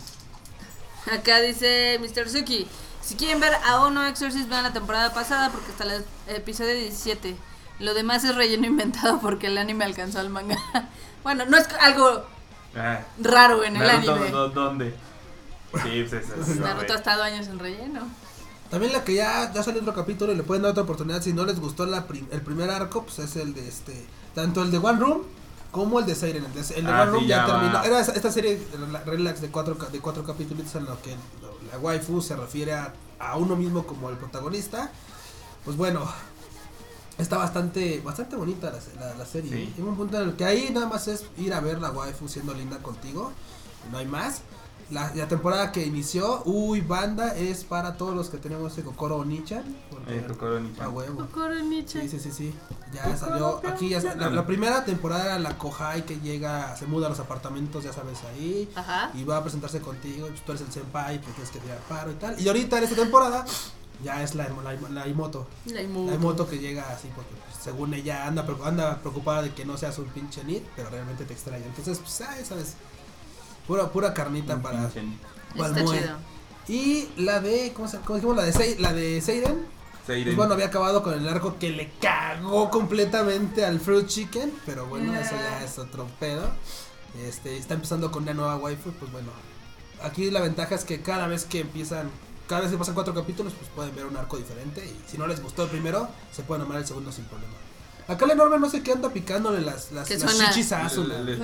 Acá dice Mr. Suki, si quieren ver a Ono Exorcist, vean la temporada pasada porque hasta el episodio 17. Lo demás es relleno inventado porque el anime alcanzó al manga. Bueno, no es algo
Ah,
raro en el
Naruto,
anime.
¿dónde? Sí, pues es
Naruto ha estado años en relleno.
También la que ya salió otro capítulo y le pueden dar otra oportunidad. Si no les gustó el primer arco, pues es el de tanto el de One Room como el de Siren. El de One Room
sí,
ya
ya
terminó.
va.
Era esta serie relax de cuatro capítulos en lo que la waifu se refiere a uno mismo como el protagonista. Pues bueno, está bastante bonita la serie.
Sí.
Hay un punto en el que ahí nada más es ir a ver la waifu siendo linda contigo. No hay más. La temporada que inició, banda, es para todos los que tenemos el Kokoro Onichan.
Kokoro Onichan.
A huevo.
Kokoro Nicha.
Sí. Ya salió. Aquí ya la primera temporada era la Kohai que llega, se muda a los apartamentos, ya sabes, ahí.
Ajá.
Y va a presentarse contigo. Pues tú eres el senpai, que tienes que tirar paro y tal. Y ahorita en esta temporada ya es la Imoto.
La
La
Imuto.
Imoto que llega así porque pues, según ella anda preocupada de que no seas un pinche nid, pero realmente te extraña. Entonces, pues, sabes. Pura carnita para el
Está
moe.
chido.
Y la de, ¿cómo dijimos? La de Seiren. Pues bueno, había acabado con el arco que le cagó completamente al Fruit Chicken, pero bueno, eso ya es otro pedo. Está empezando con una nueva waifu, pues bueno. Aquí la ventaja es que cada vez que pasan 4 capítulos, pues pueden ver un arco diferente. Y si no les gustó el primero, se pueden amar el segundo sin problema. Acá la enorme no sé qué anda picándole las
¿Qué suena?
chichis a Asuna.
Le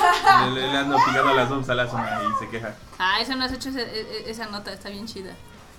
ando picando las bombs a la Asuna y se queja.
Ah, eso no has hecho esa nota, está bien chida.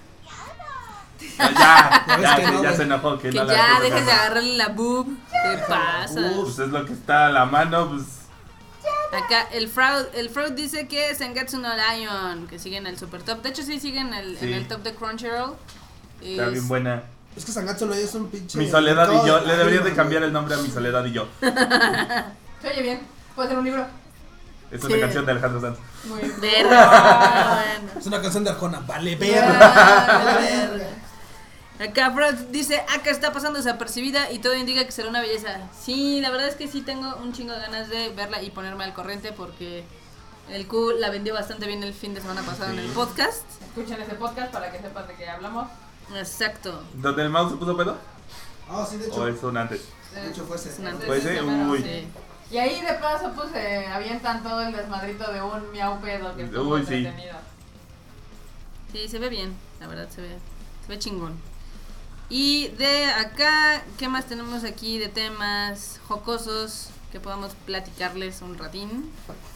Ya se enojó que
Que
no la
ya
estoy
dejes de
tocando.
agarrarle la boob. ¿Qué pasa?
Pues es lo que está a la mano, pues.
Acá el Fraud dice que Sengetsu no Lion, que siguen el super top. De hecho sí siguen en el top de Crunchyroll.
Está bien buena.
Es que Sangatsu no es un pinche.
Mi soledad y yo. Le deberías de
güey.
cambiar el nombre a Mi soledad y yo.
Se oye bien. Puede ser un libro.
Es una canción de Alejandro Sanz.
Muy bien.
Verga. Bueno.
Es una canción de Arjona. Vale, verga. Vale, verga.
Acá Fraud dice, acá está pasando desapercibida y todo indica que será una belleza. Sí, la verdad es que sí tengo un chingo de ganas de verla y ponerme al corriente porque el Q la vendió bastante bien el fin de semana pasado en el podcast.
Escuchen ese podcast para que sepan de qué hablamos.
Exacto.
¿Dónde el mouse se puso pedo?
Ah, sí, de hecho.
¿O es un antes?
De hecho fue ese.
Es un antes.
¿Puede ser? Uy.
Sí.
Y ahí de paso pues avientan todo el desmadrito de un miau pedo que estuvo
Uy, sí.
entretenido.
Sí, se ve bien, la verdad se ve chingón. Y de acá, ¿qué más tenemos aquí de temas jocosos que podamos platicarles un ratín?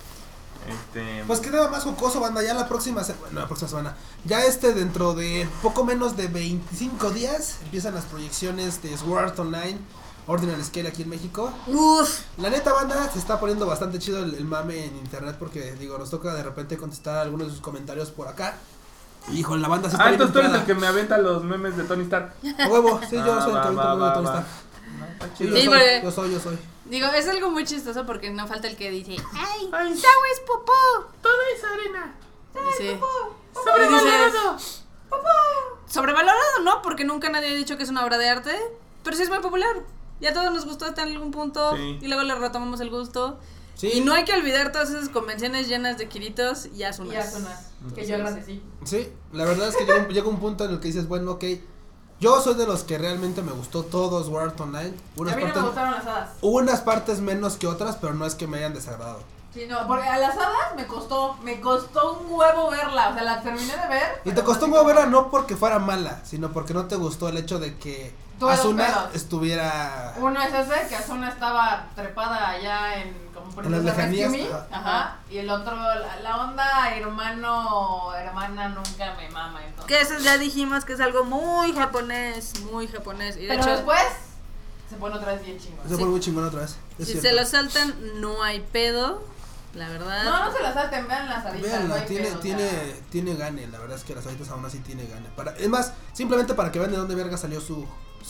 Pues queda más jocoso, banda. Ya la próxima semana. Ya dentro de poco menos de 25 días empiezan las proyecciones de Sword Art Online Ordinal Scale aquí en México.
Uf.
La neta, banda, se está poniendo bastante chido el mame en internet porque, digo, nos toca de repente contestar algunos de sus comentarios por acá. Hijo, la banda se está
Entonces tú eres el
entrada.
que me avienta los memes de Tony Stark.
A huevo, sí, yo soy el que
va,
ahorita
va,
me
va.
Stark. Sí,
Sí, porque-
yo soy.
Digo, es algo muy chistoso porque no falta el que dice, ¡ay,
Ay,
Sao es popó!
Todo es arena.
Dice,
Sobrevalorado.
sobrevalorado, ¿no? Porque nunca nadie ha dicho que es una obra de arte, pero sí es muy popular. Ya a todos nos gustó hasta en algún punto
Sí.
y luego le retomamos el gusto.
Sí.
Y no hay que olvidar todas esas convenciones llenas de Kiritos y Asunas.
Y Asunas, que yo agradecí.
Sí, la verdad es que llega un punto en el que dices, bueno, ok, yo soy de los que realmente me gustó todo Sword Art Online.
A mí no me gustaron las hadas.
Hubo unas partes menos que otras, pero no es que me hayan desagradado.
Sí, no, porque a las hadas me costó un huevo verla, o sea, la terminé de ver.
Y te
pero
costó un
así
huevo
como-
verla no porque fuera mala, sino porque no te gustó el hecho de que
Todos los
Asuna
pedos.
estuviera...
Uno es ese, que Asuna estaba trepada allá en como
En las
Princesa
lejanías,
Rescue Me,
ajá.
ajá, y el otro, la onda hermana nunca me mama, entonces.
Que eso ya dijimos que es algo muy japonés, muy japonés. Y de
Pero
hecho,
después se pone otra vez bien chingón.
Se pone muy chingón otra vez. Es
si
cierto.
se lo saltan, no hay pedo, la verdad.
No se la salten, vean las haditas. no
Véanla,
hay pedo, o sea.
tiene gane, la verdad es que las haditas aún así tiene gane. Es más, simplemente para que vean de dónde verga salió su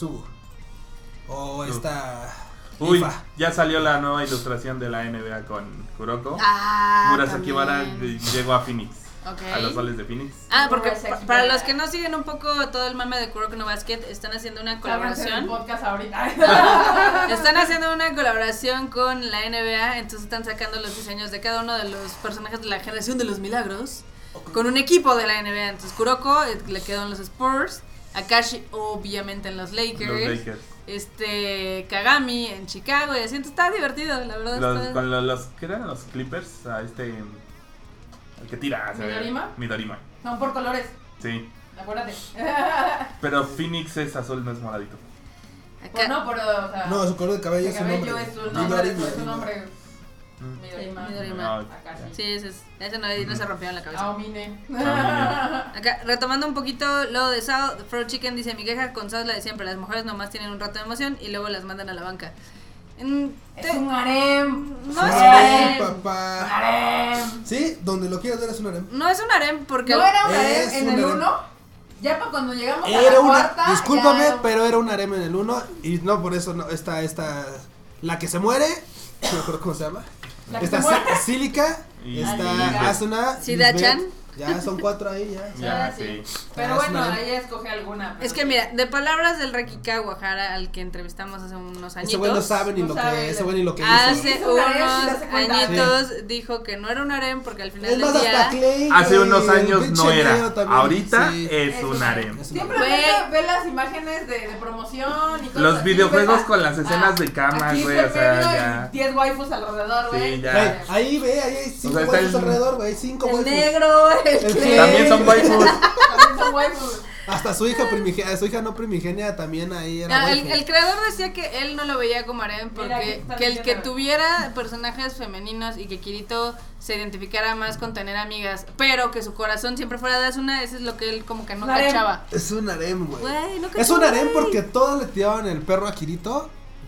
o esta
Uy,
Ifa.
ya salió la nueva ilustración de la NBA con Kuroko.
Ah,
Murasaki Wara
también.
llegó a Phoenix.
Ok.
A los soles de Phoenix.
Ah, porque
Murasaki
para
Wara.
los que no siguen un poco todo el mame de Kuroko no Basket, están haciendo una
Sábranse el
colaboración.
podcast ahorita.
Están haciendo una colaboración con la NBA, entonces están sacando los diseños de cada uno de los personajes de la generación de los milagros con un equipo de la NBA. Entonces Kuroko le quedó en los Spurs, Akashi obviamente en los Lakers,
Los Lakers.
Kagami en Chicago y así, entonces está divertido, la verdad. está-
Con los ¿qué eran los Clippers? A el que tira.
¿Midorima?
Midorima.
Son por colores,
Sí.
acuérdate.
Pero Phoenix es azul, no es moradito.
Acá-
Pues no, pero, o sea,
No, su color de cabello
el
es un nombre.
cabello es su
Midori,
nombre, es
Midori.
su nombre.
Mm.
Midorima.
Midorima.
No,
Akashi.
Sí, ese no se rompió en la cabeza.
Aomine.
Acá, retomando un poquito lo de Sao, Fried Chicken dice, mi queja con Sao es la de siempre, las mujeres nomás tienen un rato de emoción y luego las mandan a la banca.
Es un harem.
No es
Sí,
un harem.
papá.
Harem.
Sí, donde lo quieras ver es un harem.
No es un harem porque...
¿No era un harem
Es
en
un
el
harem.
1? Ya para cuando llegamos a
Era
la
una,
cuarta.
discúlpame,
ya-
pero era un harem en el 1 y no por eso no esta la que se muere, no me acuerdo cómo se llama.
La que
Está
se muere.
Cílica,
Y-
está Asuna,
Sida-chan.
Lisbeth. Ya son 4 ahí ya.
Ya,
sí.
sí.
Pero
Ah, es
bueno,
un harem.
ahí escoge alguna. pero
Es que
sí.
mira, de palabras del Reki Kawahara, al que entrevistamos hace unos añitos.
Ese güey no sabe ni
No
lo
sabe,
que ese güey ni lo que
Hace
hizo.
Hizo un harem,
unos
si te das cuenta.
añitos dijo que no era un harem porque al final
Es
del
más, hasta
día...
Clay,
Hace
güey,
unos
el
años
pinche
no era.
negro también.
Ahorita
Sí.
es un harem.
Es un
Siempre
Güey.
ve las imágenes de promoción y cosas
Los
así,
videojuegos
¿verdad?
con las escenas de cama,
aquí
güey,
se
o sea,
ve,
ya.
10 waifus alrededor,
Sí,
güey.
ya.
Güey, ahí hay 5
O sea, está
waifus
el-
alrededor, güey, 5
El
waifus.
negro, el
El
Clay.
Clay.
También son waifus.
También son waifus.
Hasta su hija primigenia, su hija no primigenia también ahí era
Ah,
waifu.
el creador decía que él no lo veía como harem
Mira, aquí
porque
está
que el que
diciendo.
tuviera personajes femeninos y que Kirito se identificara más con tener amigas, pero que su corazón siempre fuera de Asuna, eso es lo que él como que no
Harem.
cachaba.
Es un harem, güey.
Güey, no
Es
cachaba,
un harem
güey.
porque todos le tiraban el perro a Kirito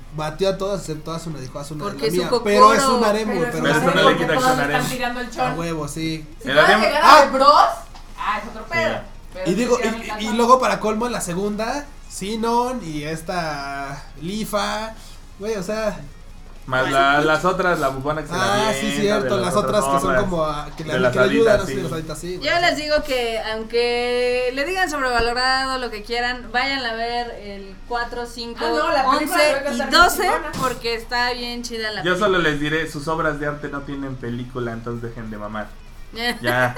batió a todas excepto a Asuna, dijo Asuna
Porque
es la
es
mía,
un
pero
cocoro.
es un haremu,
Pero
pero
eso no le quita que son harem.
están tirando el
a
chon.
huevo, sí.
Si
El
puede
harem-
llegar
¡Ah!
a Bros, es otro pedo. Pero
Y digo,
si tiran el
y
calzón.
luego para colmo en la segunda, Sinon y esta Lifa, güey, o sea,
Más las otras, la bufona que se la
sí
avienta,
cierto,
de
las otras que son
morras.
como que
de
le
las
ayudan,
haditas,
así,
sí.
las haditas, sí, güey,
Yo
o sea.
les digo que aunque le digan sobrevalorado lo que quieran, vayan a ver el 4, 5,
Ah, no, la película
11
creo que
y
está bien
12
chingona.
porque está bien chida la
Yo solo les diré, sus obras de arte no tienen película, entonces dejen de mamar. Ya.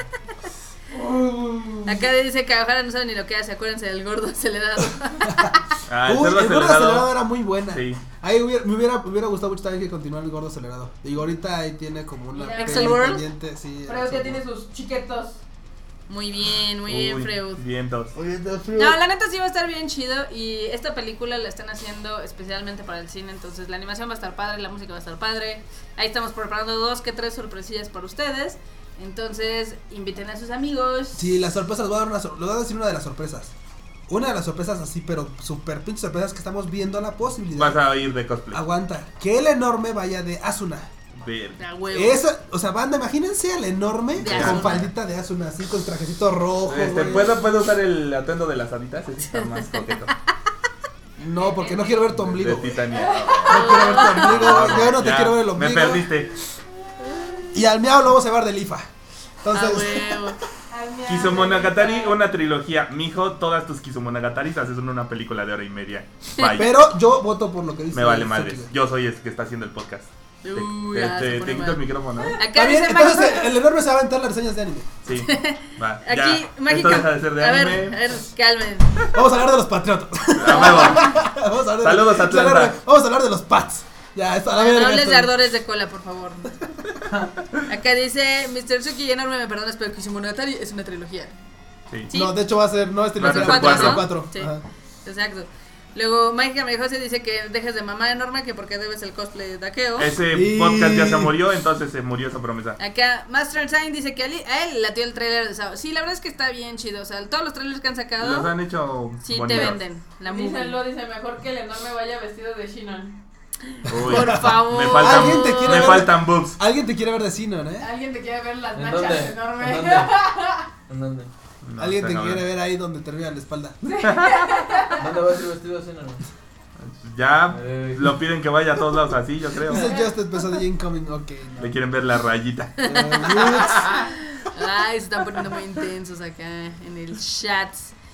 Acá dice que ojalá no saben ni lo que hace, acuérdense del gordo acelerado.
Ah,
Uy, el gordo acelerado
acelerado.
era muy buena.
Sí.
Ahí me hubiera gustado mucho también que continuara el gordo acelerado. Digo, ahorita ahí tiene como una
Mira,
peli
Axel World.
pendiente, sí.
Freud
Axel
ya tiene
World.
sus chiquetos.
Muy bien,
Uy,
Freud.
vientos.
Oye, no, Freud.
No, la neta sí va a estar bien chido y esta película la están haciendo especialmente para el cine, entonces la animación va a estar padre, la música va a estar padre. Ahí estamos preparando 2 que 3 sorpresillas para ustedes. Entonces, inviten a sus amigos.
Sí, las sorpresas, les voy a decir una de las sorpresas. Una de las sorpresas así, pero super pinche sorpresas que estamos viendo la posibilidad.
Vas a ir de cosplay.
Aguanta, que el enorme vaya de Asuna.
Verga.
A huevo.
Eso, o sea, banda, imagínense al enorme
De
con
Asuna.
faldita de Asuna, así con trajecito rojo. güey.
¿Puedo usar el atuendo de las haditas? Ese está más coqueto.
No, porque no quiero ver tu ombligo.
De
güey.
Titania.
No quiero ver tu ombligo, güey. Yo no te
Ya,
quiero ver el
Me
ombligo.
perdiste.
Y al miau lo vamos a llevar de Lifa.
A
Entonces,
huevo.
Kizumonogatari, una trilogía. Mijo, todas tus Kizumonogataris haces una película de hora y media. Bye.
pero yo voto por lo que dice.
Me vale
Soki,
madres.
güey.
Yo soy el que está haciendo el podcast.
Uy, ya se
Te
pone
quito
mal.
el micrófono.
Acá
Está bien,
dice
entonces
Mágica.
el enorme se va a aventar las reseñas de anime.
Sí. Va.
Aquí,
Ya.
Mágica.
Esto deja de ser de
a
anime.
ver, calmen.
Vamos a hablar de los patriotas.
A huevo.
Vamos a hablar de
Saludos, Atlanta.
Vamos a hablar de los Pats. Ya, esto a la
No
verga,
hables
esto.
de ardores de cola, por favor. Acá dice Mr. Suki enorme, me perdonas, pero Kizumonogatari es una trilogía.
Sí.
Sí.
No, de hecho va a ser, no es trilogía,
Va a ser
va a ser
cuatro.
cuatro.
Sí.
Ajá.
Exacto. Luego Mágica me dice que dejes de mamá enorme, que porque debes el cosplay de Takeo.
Ese
Y-
podcast ya se murió, entonces se murió esa promesa.
Acá Master Sign dice que a él latió el trailer de Sao. Sí, la verdad es que está bien chido. O sea, todos los trailers que han
Los
sacado,
han hecho
sí te
bonitos.
venden la movie.
Dice mejor que el enorme vaya vestido de Shinon.
Uy,
Por favor.
¿Alguien te quiere
me
ver?
faltan boobs.
Alguien te quiere ver de Sinon, ¿eh?
Alguien te quiere ver las
¿En
nachas
dónde?
enormes.
¿En dónde? ¿En dónde?
No,
Alguien te
está
quiere
cabrón.
ver ahí donde termina la espalda.
¿Dónde va a ser vestido así, no?
Ya lo piden que vaya a todos lados así, yo creo.
Dice Just empezó de Incoming, ok. No.
Le quieren ver la rayita.
Ay, se están poniendo muy intensos acá en el chat.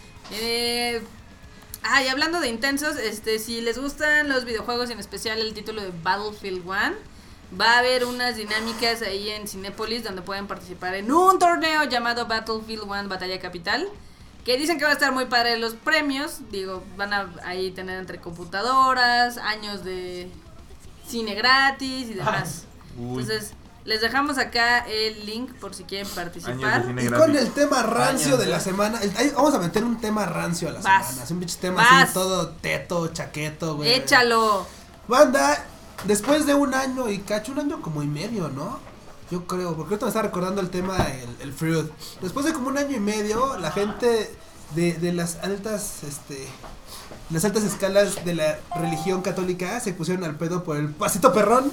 Y hablando de intensos, si les gustan los videojuegos, en especial el título de Battlefield 1, va a haber unas dinámicas ahí en Cinépolis donde pueden participar en un torneo llamado Battlefield 1 Batalla Capital, que dicen que va a estar muy padre los premios. Digo, van a ahí tener entre computadoras, años de cine gratis y demás.
Uy.
Entonces, les dejamos acá el link por si quieren
Años
participar.
de cine
Y
gratis.
con el tema rancio
Años,
de la
¿eh?
semana, vamos a meter un tema rancio a la
Vas.
semana. Es un pinche tema
Vas.
así, todo teto, chaqueto, güey.
Échalo.
Banda, después de un año y cacho, un año como y medio, ¿no? Yo creo, porque ahorita me está recordando el tema el Freud. Después de como un año y medio, la gente de las altas, las altas escalas de la religión católica se pusieron al pedo por el pasito perrón.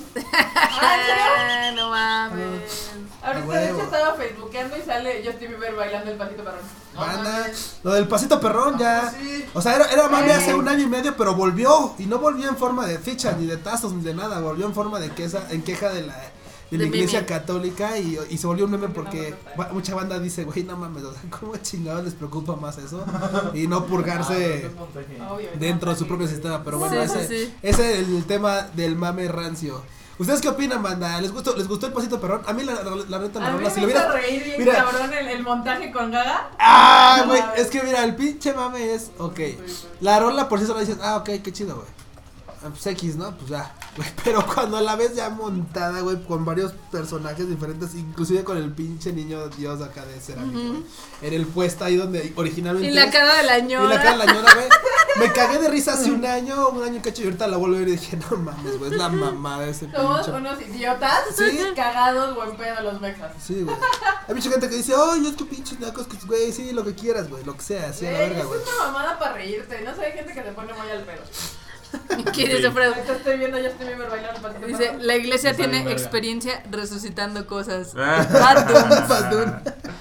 Ah, no mames.
Ahorita
A
de
huevo.
hecho estaba facebookeando y sale Justin Bieber bailando el pasito perrón.
Banda, lo del pasito perrón ya. O sea, era mame hace un año y medio, pero volvió. Y no volvió en forma de ficha, ni de tazos, ni de nada. Volvió en forma de queja de la
De
iglesia
meme.
católica. Y se volvió un meme porque mucha banda dice, güey, no mames, o sea, ¿cómo chingados les preocupa más eso? Y no purgarse
Obvio.
dentro de su propio sistema. Pero bueno,
Sí,
ese
sí.
ese es el tema del mame rancio. ¿Ustedes qué opinan, banda? ¿Les gustó el pasito perrón? A mí la neta
A
la
mí
rola,
me
si lo
hizo
hubiera...
reír bien
mira.
cabrón el montaje con Gaga.
Ah,
No
güey,
mames.
es que mira, el pinche mame es, ok, la rola por sí sola dices, ok, qué chido, güey. Ah, pues X, ¿no? Pues ya, güey, pero cuando la ves ya montada, güey, con varios personajes diferentes, inclusive con el pinche niño dios acá de cerámica, güey, en el puesto ahí donde originalmente
Y la
es,
cara de la
y
ñora.
la cara de la ñora, güey, me cagué de risa hace un año y cacho, y ahorita la vuelvo a ver y dije, no mames, güey, es la mamada de ese
Somos
pinche.
unos idiotas.
Sí.
Cagados, buen pedo los mexas.
Sí, güey. Hay mucha gente que dice, ay, es que pinches nacos, que güey, sí, lo que quieras, güey, lo que sea, así a la verga, güey.
Es una mamada para reírte. No sé, hay gente que se pone muy al pedo.
¿Qué dice Fred?
Ahorita estoy viendo a Justin Bieber bailando el pasito
Dice,
perro.
la iglesia
Está bien
tiene
verga.
experiencia resucitando cosas.
Patún.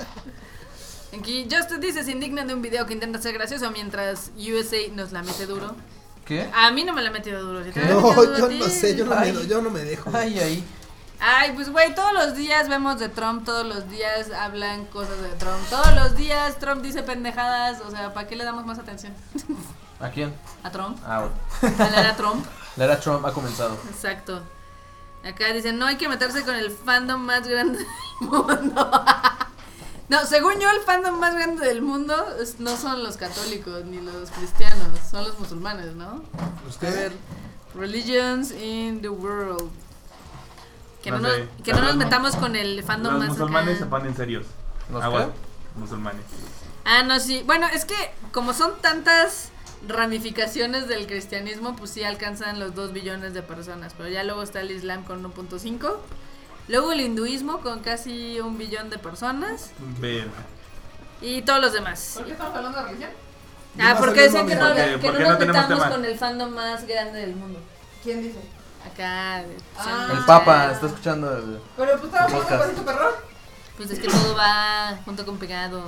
Aquí Justin dice, se indigna de un video que intenta ser gracioso mientras USA nos la mete duro.
¿Qué?
A mí no me la ha metido duro. ¿sí te la ha
No,
metido duro a
yo
ti?
no sé, yo no me dejo.
Ay.
Ay, pues güey, todos los días vemos de Trump, todos los días hablan cosas de Trump, todos los días Trump dice pendejadas, o sea, ¿para qué le damos más atención?
¿A quién?
¿A Trump?
Ah, bueno.
¿A la era Trump?
La era Trump ha comenzado.
Exacto. Acá dicen, no hay que meterse con el fandom más grande del mundo. No, según yo, el fandom más grande del mundo no son los católicos ni los cristianos, son los musulmanes, ¿no? A
¿Usted?
ver, religions in the world. Que no,
No sé,
que no nos
los
metamos con el fandom
Los
más
musulmanes se
acá.
ponen serios.
¿Los
Agua.
qué?
Musulmanes.
Ah, no, sí. Bueno, es que como son tantas ramificaciones del cristianismo, pues sí alcanzan los 2 billones de personas. Pero ya luego está el Islam con 1.5. Luego el hinduismo con casi 1 billón de personas.
Verga.
Y todos los demás.
¿Por qué estamos hablando de religión?
Ah, porque decían que no,
Porque-
que
porque
no
no
nos
tenemos
metamos
tema.
con el fandom más grande del mundo.
¿Quién dice?
Acá.
El Papa está escuchando el.
Pero pues estamos hablando del
Podcast.
pasito perro.
Pues es que todo va junto con pegado.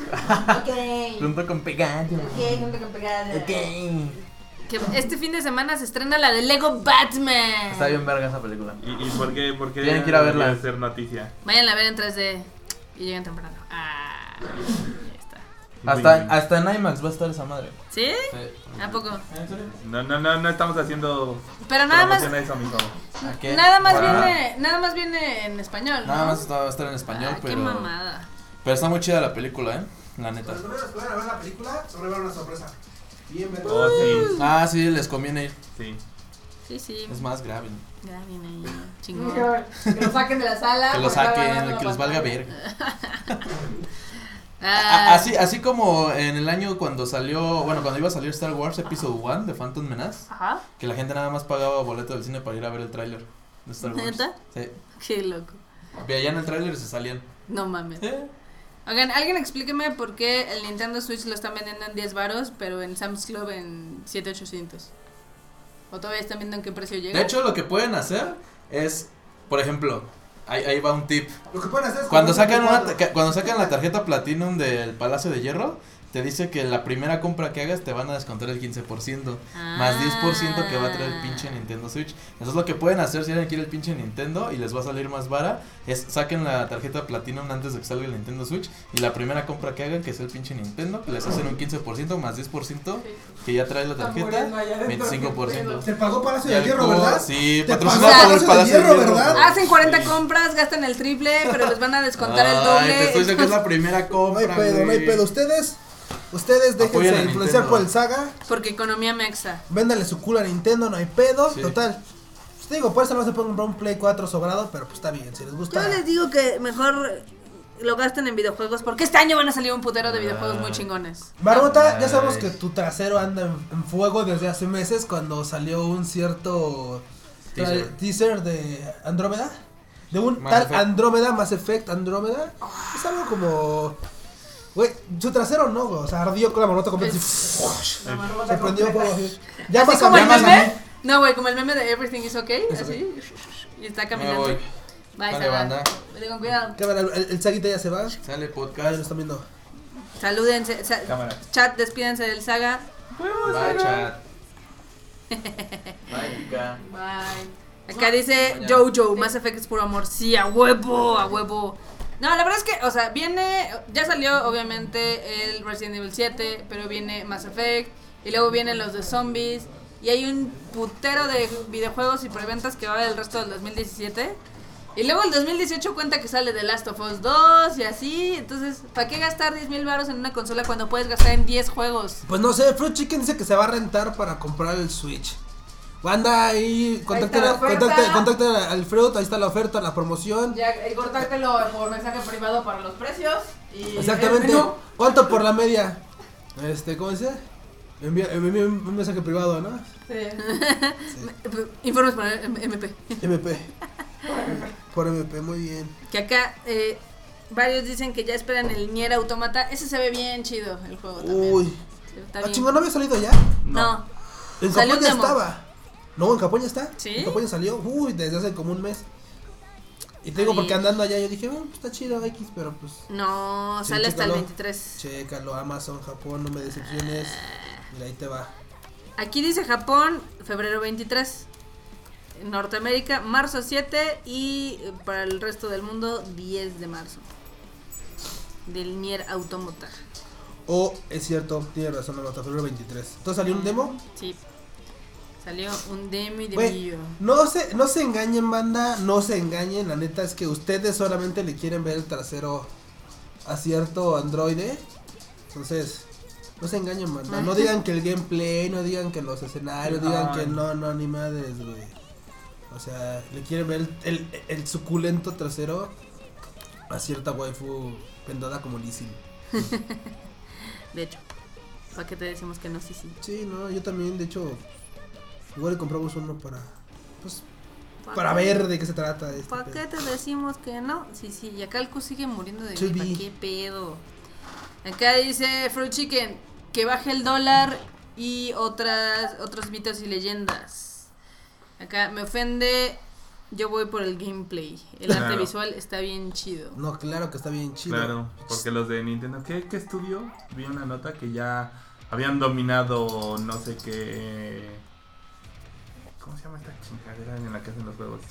Ok.
Junto con pegante.
Ok, junto con pegada.
Ok.
Que este fin de semana se estrena la de Lego Batman.
Está bien verga esa película.
¿Y por qué? ¿Por qué
Tienen que ir a verla.
debería ser noticia?
Vayan a ver en 3D y lleguen temprano. Ah, ya está.
Hasta en IMAX va a estar esa madre.
¿Sí?
Sí.
¿A poco?
No estamos haciendo
Pero nada más,
promoción a eso, amigo.
¿A qué?
nada
Ah.
más viene en español, ¿no?
Nada más va a estar en español,
Ah, qué
pero.
mamada.
Pero está muy chida la película, la neta.
Cuando menos puedan ver la película, sobre una sorpresa. Bien, verga.
Oh, sí,
Ah, sí, les conviene ir.
sí.
Sí.
Es más, graben.
Ya viene ahí, chingón.
Que lo saquen de la sala.
Que lo
porque ahora
saquen,
van a
que les
la
valga
pantalla.
verga.
Ah,
Así como en el año cuando salió, bueno, cuando iba a salir Star Wars Episode 1 de Phantom Menace,
Ajá.
que la gente nada más pagaba boleto del cine para ir a ver el tráiler de Star Wars.
¿Neta?
Sí.
Qué loco.
Veían el tráiler y se salían.
No mames.
Sí.
Oigan, alguien explíqueme por qué el Nintendo Switch lo están vendiendo en 10 varos, pero en Sam's Club en 7,800. ¿O todavía están viendo en qué precio llega?
De hecho, lo que pueden hacer es, por ejemplo, ahí va un tip.
Lo que pueden hacer es
Cuando
comprar un
sacan,
Play 4.
cuando sacan la tarjeta Platinum del Palacio de Hierro, te dice que la primera compra que hagas te van a descontar el 15%, más 10% que va a traer el pinche Nintendo Switch. Entonces lo que pueden hacer si alguien quiere el pinche Nintendo y les va a salir más vara, es saquen la tarjeta Platinum antes de que salga el Nintendo Switch y la primera compra que hagan, que es el pinche Nintendo, les hacen un 15% más 10% que ya trae la tarjeta,
muriendo allá adentro,
25%.
Se pagó Palacio
Y
de Hierro,
alcohol,
¿verdad?
Sí,
Te
patrocinado
pagó
por el
Palacio de
Palacio de
Hierro,
Hierro.
¿verdad?
Hacen 40
Sí.
compras, gastan el triple, pero les van a descontar el
Ay,
doble.
te estoy diciendo que es la primera
No
compra.
hay pedo, no hay
güey.
pedo. Ustedes
Apoyen
déjense
a
influenciar
Nintendo.
por el Saga.
Porque economía mexa.
Véndale su culo a Nintendo, no hay pedo.
Sí.
Total. Pues te digo, por eso no se pueden comprar un Play 4 sobrado, pero pues está bien, si les gusta.
Yo les digo que mejor lo gasten en videojuegos, porque este año van a salir un putero de videojuegos muy chingones.
Barbota, ya
Ay.
sabemos que tu trasero anda en fuego desde hace meses cuando salió un cierto teaser de Andrómeda. De un
Mass
tal
Effect.
Andrómeda, Mass Effect Andrómeda. Es algo como... Güey, su trasero no, güey, o sea, ardió con la marmota completa así,
La marmota
se prendió
completa.
fuego así. Ya
Así
más
como el
ya más
meme. No, güey, como el meme de Everything is Okay,
Es
así. Y está
Me
caminando.
voy.
Bye,
Vale,
Saga.
banda.
Vete con cuidado.
Cámara, el Saguita ya se va.
Sale
Ahí lo
podcast.
están viendo.
Salúdense.
Cámara.
Chat, despídense del Saga.
Bye, chat. Bye, Kika.
Bye. Acá dice
Mañana.
Jojo, Mass Effect es puro amor. Sí, a huevo, a huevo. No, la verdad es que, o sea, viene, ya salió obviamente el Resident Evil 7, pero viene Mass Effect, y luego vienen los de zombies, y hay un putero de videojuegos y preventas que va a haber el resto del 2017. Y luego el 2018 cuenta que sale The Last of Us 2 y así, entonces, ¿para qué gastar 10,000 varos en una consola cuando puedes gastar en 10 juegos?
Pues no sé, Fruit Chicken dice que se va a rentar para comprar el Switch. Banda, ahí contacten,
está la oferta.
contacten al Fruit, ahí está la oferta, la promoción.
Ya, contáctelo por mensaje privado para los precios. Y
Exactamente.
No.
¿Cuánto por la media? ¿Cómo dice? Envía un mensaje privado, ¿no?
Sí.
Informes para MP.
MP. Por MP, muy bien.
Que acá varios dicen que ya esperan el Nier Automata. Ese se ve bien chido, el juego también.
Uy.
Sí, está
Ah,
bien.
chingo, ¿no había salido ya?
No.
En
Salió
Japón ya
un demo.
estaba. No, en Japón ya está.
¿Sí?
En Japón ya salió. Uy, desde hace como un mes. Y te digo, porque andando allá yo dije, pues está chido X, pero pues.
No,
Sí,
sale hasta el
chécalo.
23.
Chécalo, Amazon, Japón, no me decepciones. Mira, ahí te va.
Aquí dice Japón, febrero 23. Norteamérica, marzo 7. Y para el resto del mundo, 10 de marzo. Del Nier Automata.
Es cierto, tiene razón, no, hasta febrero 23. ¿Entonces salió un demo?
Sí. Salió un demo y
Güey, no se engañen, banda, no se engañen. La neta es que ustedes solamente le quieren ver el trasero a cierto androide. Entonces, no se engañen, banda. No digan que el gameplay, no digan que los escenarios, digan que no, ni madres, güey. O sea, le quieren ver el suculento trasero a cierta waifu pendada como Lee Sin.
De hecho, ¿para qué te decimos que no? Sí.
Sí, no, yo también, de hecho, igual le compramos uno para ver de qué se trata.
¿Para qué te decimos que no? Sí, y acá el Q sigue muriendo de
Sí,
gripa.
vi.
¿Qué pedo? Acá dice Fruit Chicken que baje el dólar y otros mitos y leyendas. Acá me ofende. Yo voy por el gameplay. El arte visual está bien chido.
No, claro que está bien chido.
Claro, porque los de Nintendo, ¿qué estudio? Vi una nota que ya habían dominado no sé qué. ¿Cómo se llama esta chingadera en la que hacen los juegos?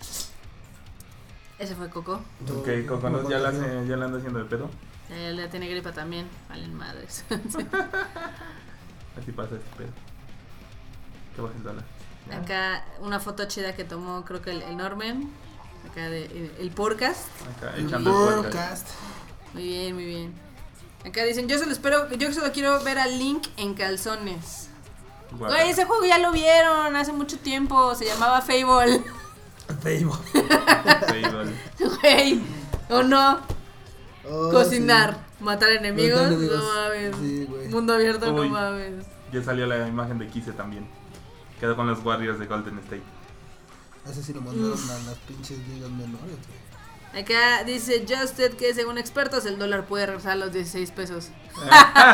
Ese fue Coco.
Ok, Coco, ¿no? ya la anda haciendo de pedo.
Ya tiene gripa también. Valen madres.
Así pasa ese pedo. ¿Qué baja el dólar?
Acá una foto chida que tomó, creo que el Norman. Acá el podcast.
Acá echando el podcast.
Podcast.
Muy bien. Acá dicen, yo solo quiero ver a Link en calzones.
Guarda.
Güey, ese juego ya lo vieron hace mucho tiempo. Se llamaba Fable.
Facebook.
Fable.
Güey, ¿o no?
Oh,
Cocinar, matar enemigos,
Matar enemigos.
no mames.
Sí, güey.
Mundo abierto,
Uy.
no mames.
Ya salió la imagen de Kise también. Quedó con los Warriors de Golden State.
Ese sí lo mandaron a las pinches ligas menores, güey.
Acá dice Justed que según expertos el dólar puede regresar a los 16 pesos. Sí.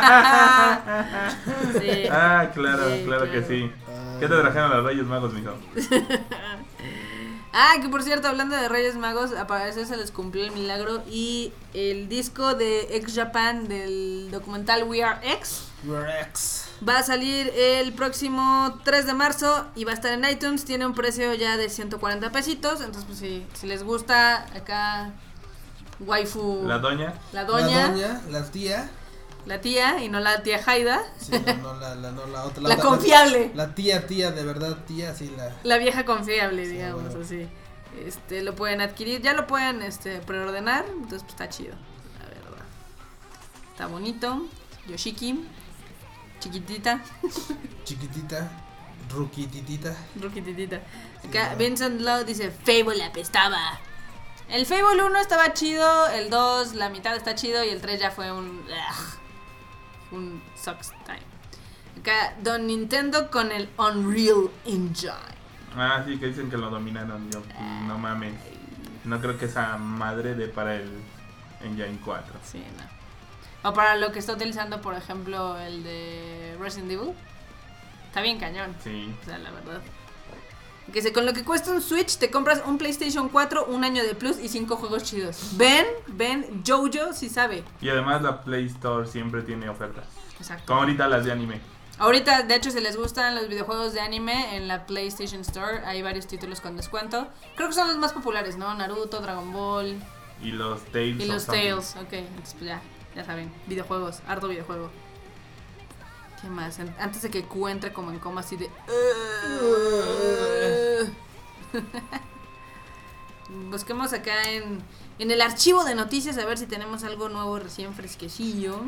Ah, claro,
Sí,
claro que sí. ¿Qué te trajeron los Reyes Magos, mijo?
Ah, que por cierto, hablando de Reyes Magos, a parecer se les cumplió el milagro y el disco de X Japan del documental We Are X
Rex.
va a salir el próximo 3 de marzo y va a estar en iTunes. Tiene un precio ya de 140 pesitos. Entonces, pues si les gusta acá waifu,
La doña.
la
La
doña,
doña, la tía.
la tía y no la tía Haida,
Sí, no la otra.
la confiable,
La tía, de verdad, tía, sí, la.
la vieja confiable,
Sí,
digamos
bueno.
así. Lo pueden adquirir, ya lo pueden preordenar, entonces pues está chido, la verdad. Está bonito. Yoshiki, chiquitita,
Chiquitita, ruquititita.
ruquititita.
Sí,
Acá
no.
Vincent Lowe dice, Fable apestaba. El Fable 1 estaba chido, el 2 la mitad está chido y el 3 ya fue un sucks time. Acá Don Nintendo con el Unreal Engine.
Ah, sí, que dicen que lo dominaron. Yo, no mames. No creo que esa madre dé para el Engine 4.
Sí, no. O para lo que está utilizando, por ejemplo, el de Resident Evil. Está bien cañón.
Sí.
O sea, la verdad. Que con lo que cuesta un Switch, te compras un PlayStation 4, un año de Plus y 5 juegos chidos. Ven, Jojo sí sabe.
Y además la Play Store siempre tiene ofertas.
Exacto.
Como ahorita las de anime.
Ahorita, de hecho, si les gustan los videojuegos de anime, en la PlayStation Store hay varios títulos con descuento. Creo que son los más populares, ¿no? Naruto, Dragon Ball
Y los Tales.
y
of
los
Something.
Tales. Ok, entonces pues ya saben. Videojuegos, harto videojuego. ¿Qué más? Antes de que Q entre como en coma así de... Busquemos acá en el archivo de noticias a ver si tenemos algo nuevo recién fresquecillo.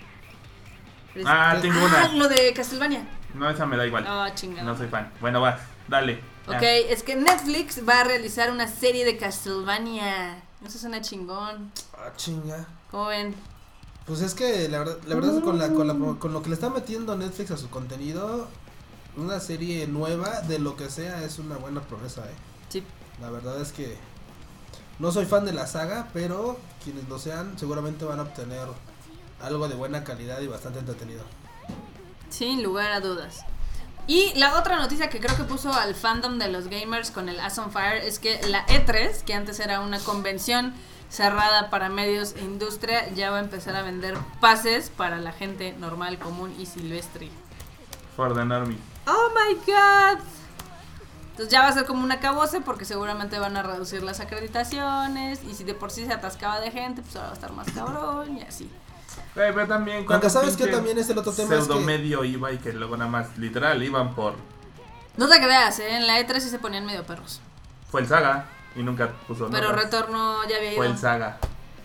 Tengo una.
Lo de Castlevania.
No, esa me da igual.
Chingada.
No soy fan. Bueno, vas, dale. Ya.
Ok, es que Netflix va a realizar una serie de Castlevania. Eso suena chingón.
Ah, chinga.
¿Cómo ven?
Pues es que la verdad es que con lo que le está metiendo Netflix a su contenido, una serie nueva de lo que sea es una buena promesa,
Sí.
La verdad es que no soy fan de la saga, pero quienes lo sean seguramente van a obtener algo de buena calidad y bastante entretenido.
Sin lugar a dudas. Y la otra noticia que creo que puso al fandom de los gamers con el Ass on Fire es que la E3, que antes era una convención cerrada para medios e industria, ya va a empezar a vender pases para la gente normal, común y silvestre.
For the normie.
¡Oh my god! Entonces ya va a ser como un acabose porque seguramente van a reducir las acreditaciones y si de por sí se atascaba de gente, pues ahora va a estar más cabrón y así.
Pero también
Aunque sabes que también es el otro tema
pseudo
es que
medio iba y que luego nada más literal iban por...
No te creas, en la E3 sí se ponían medio perros.
Fue el Saga y nunca puso
Pero
notas.
Retorno ya había ido.
Fue el Saga.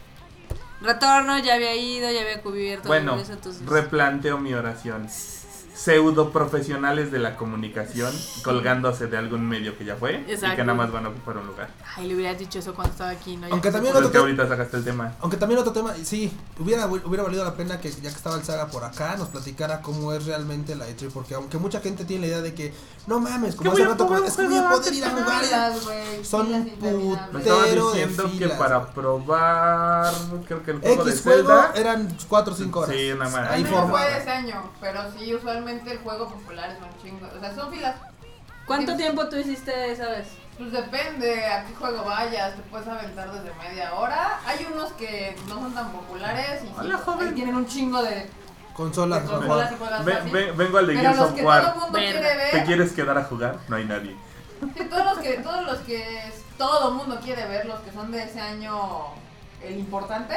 Retorno ya había ido, ya había cubierto.
Bueno,
eso, entonces...
replanteo mi oración. Pseudo profesionales de la comunicación colgándose de algún medio que ya fue
Exacto.
y que nada más van a ocupar un lugar.
Ay, le hubieras dicho eso cuando estaba aquí, ¿no?
Aunque
Ya
también
Pues
otro
es que
tema,
ahorita sacaste el tema.
sí, hubiera valido la pena que ya que estaba el Saga por acá nos platicara cómo es realmente la E3, porque aunque mucha gente tiene la idea de que no mames, como hace rato, es que voy a poder ir a jugar. Son un
Me estaba
putero de
diciendo que
filas.
para probar, creo que el juego de
X juego
Zelda.
eran 4 o 5 horas.
Sí, nada más.
Ahí
No
forma.
fue de ese año, pero sí, usualmente el juego popular es un chingo. O sea, son filas.
¿Cuánto tiempo tú hiciste esa vez?
Pues depende a qué juego vayas, te puedes aventar desde media hora. Hay unos que no son tan populares y sí,
Hola, joven.
ahí tienen un chingo de
Consolas,
consolas y juegas fácil.
Vengo al de
Pero
Gears
los
of
que todo el
War.
mundo
Verga.
quiere
¿Te
ver,
quieres quedar a jugar? No hay nadie.
sí, todo el mundo quiere ver, los que son de ese año, el importante.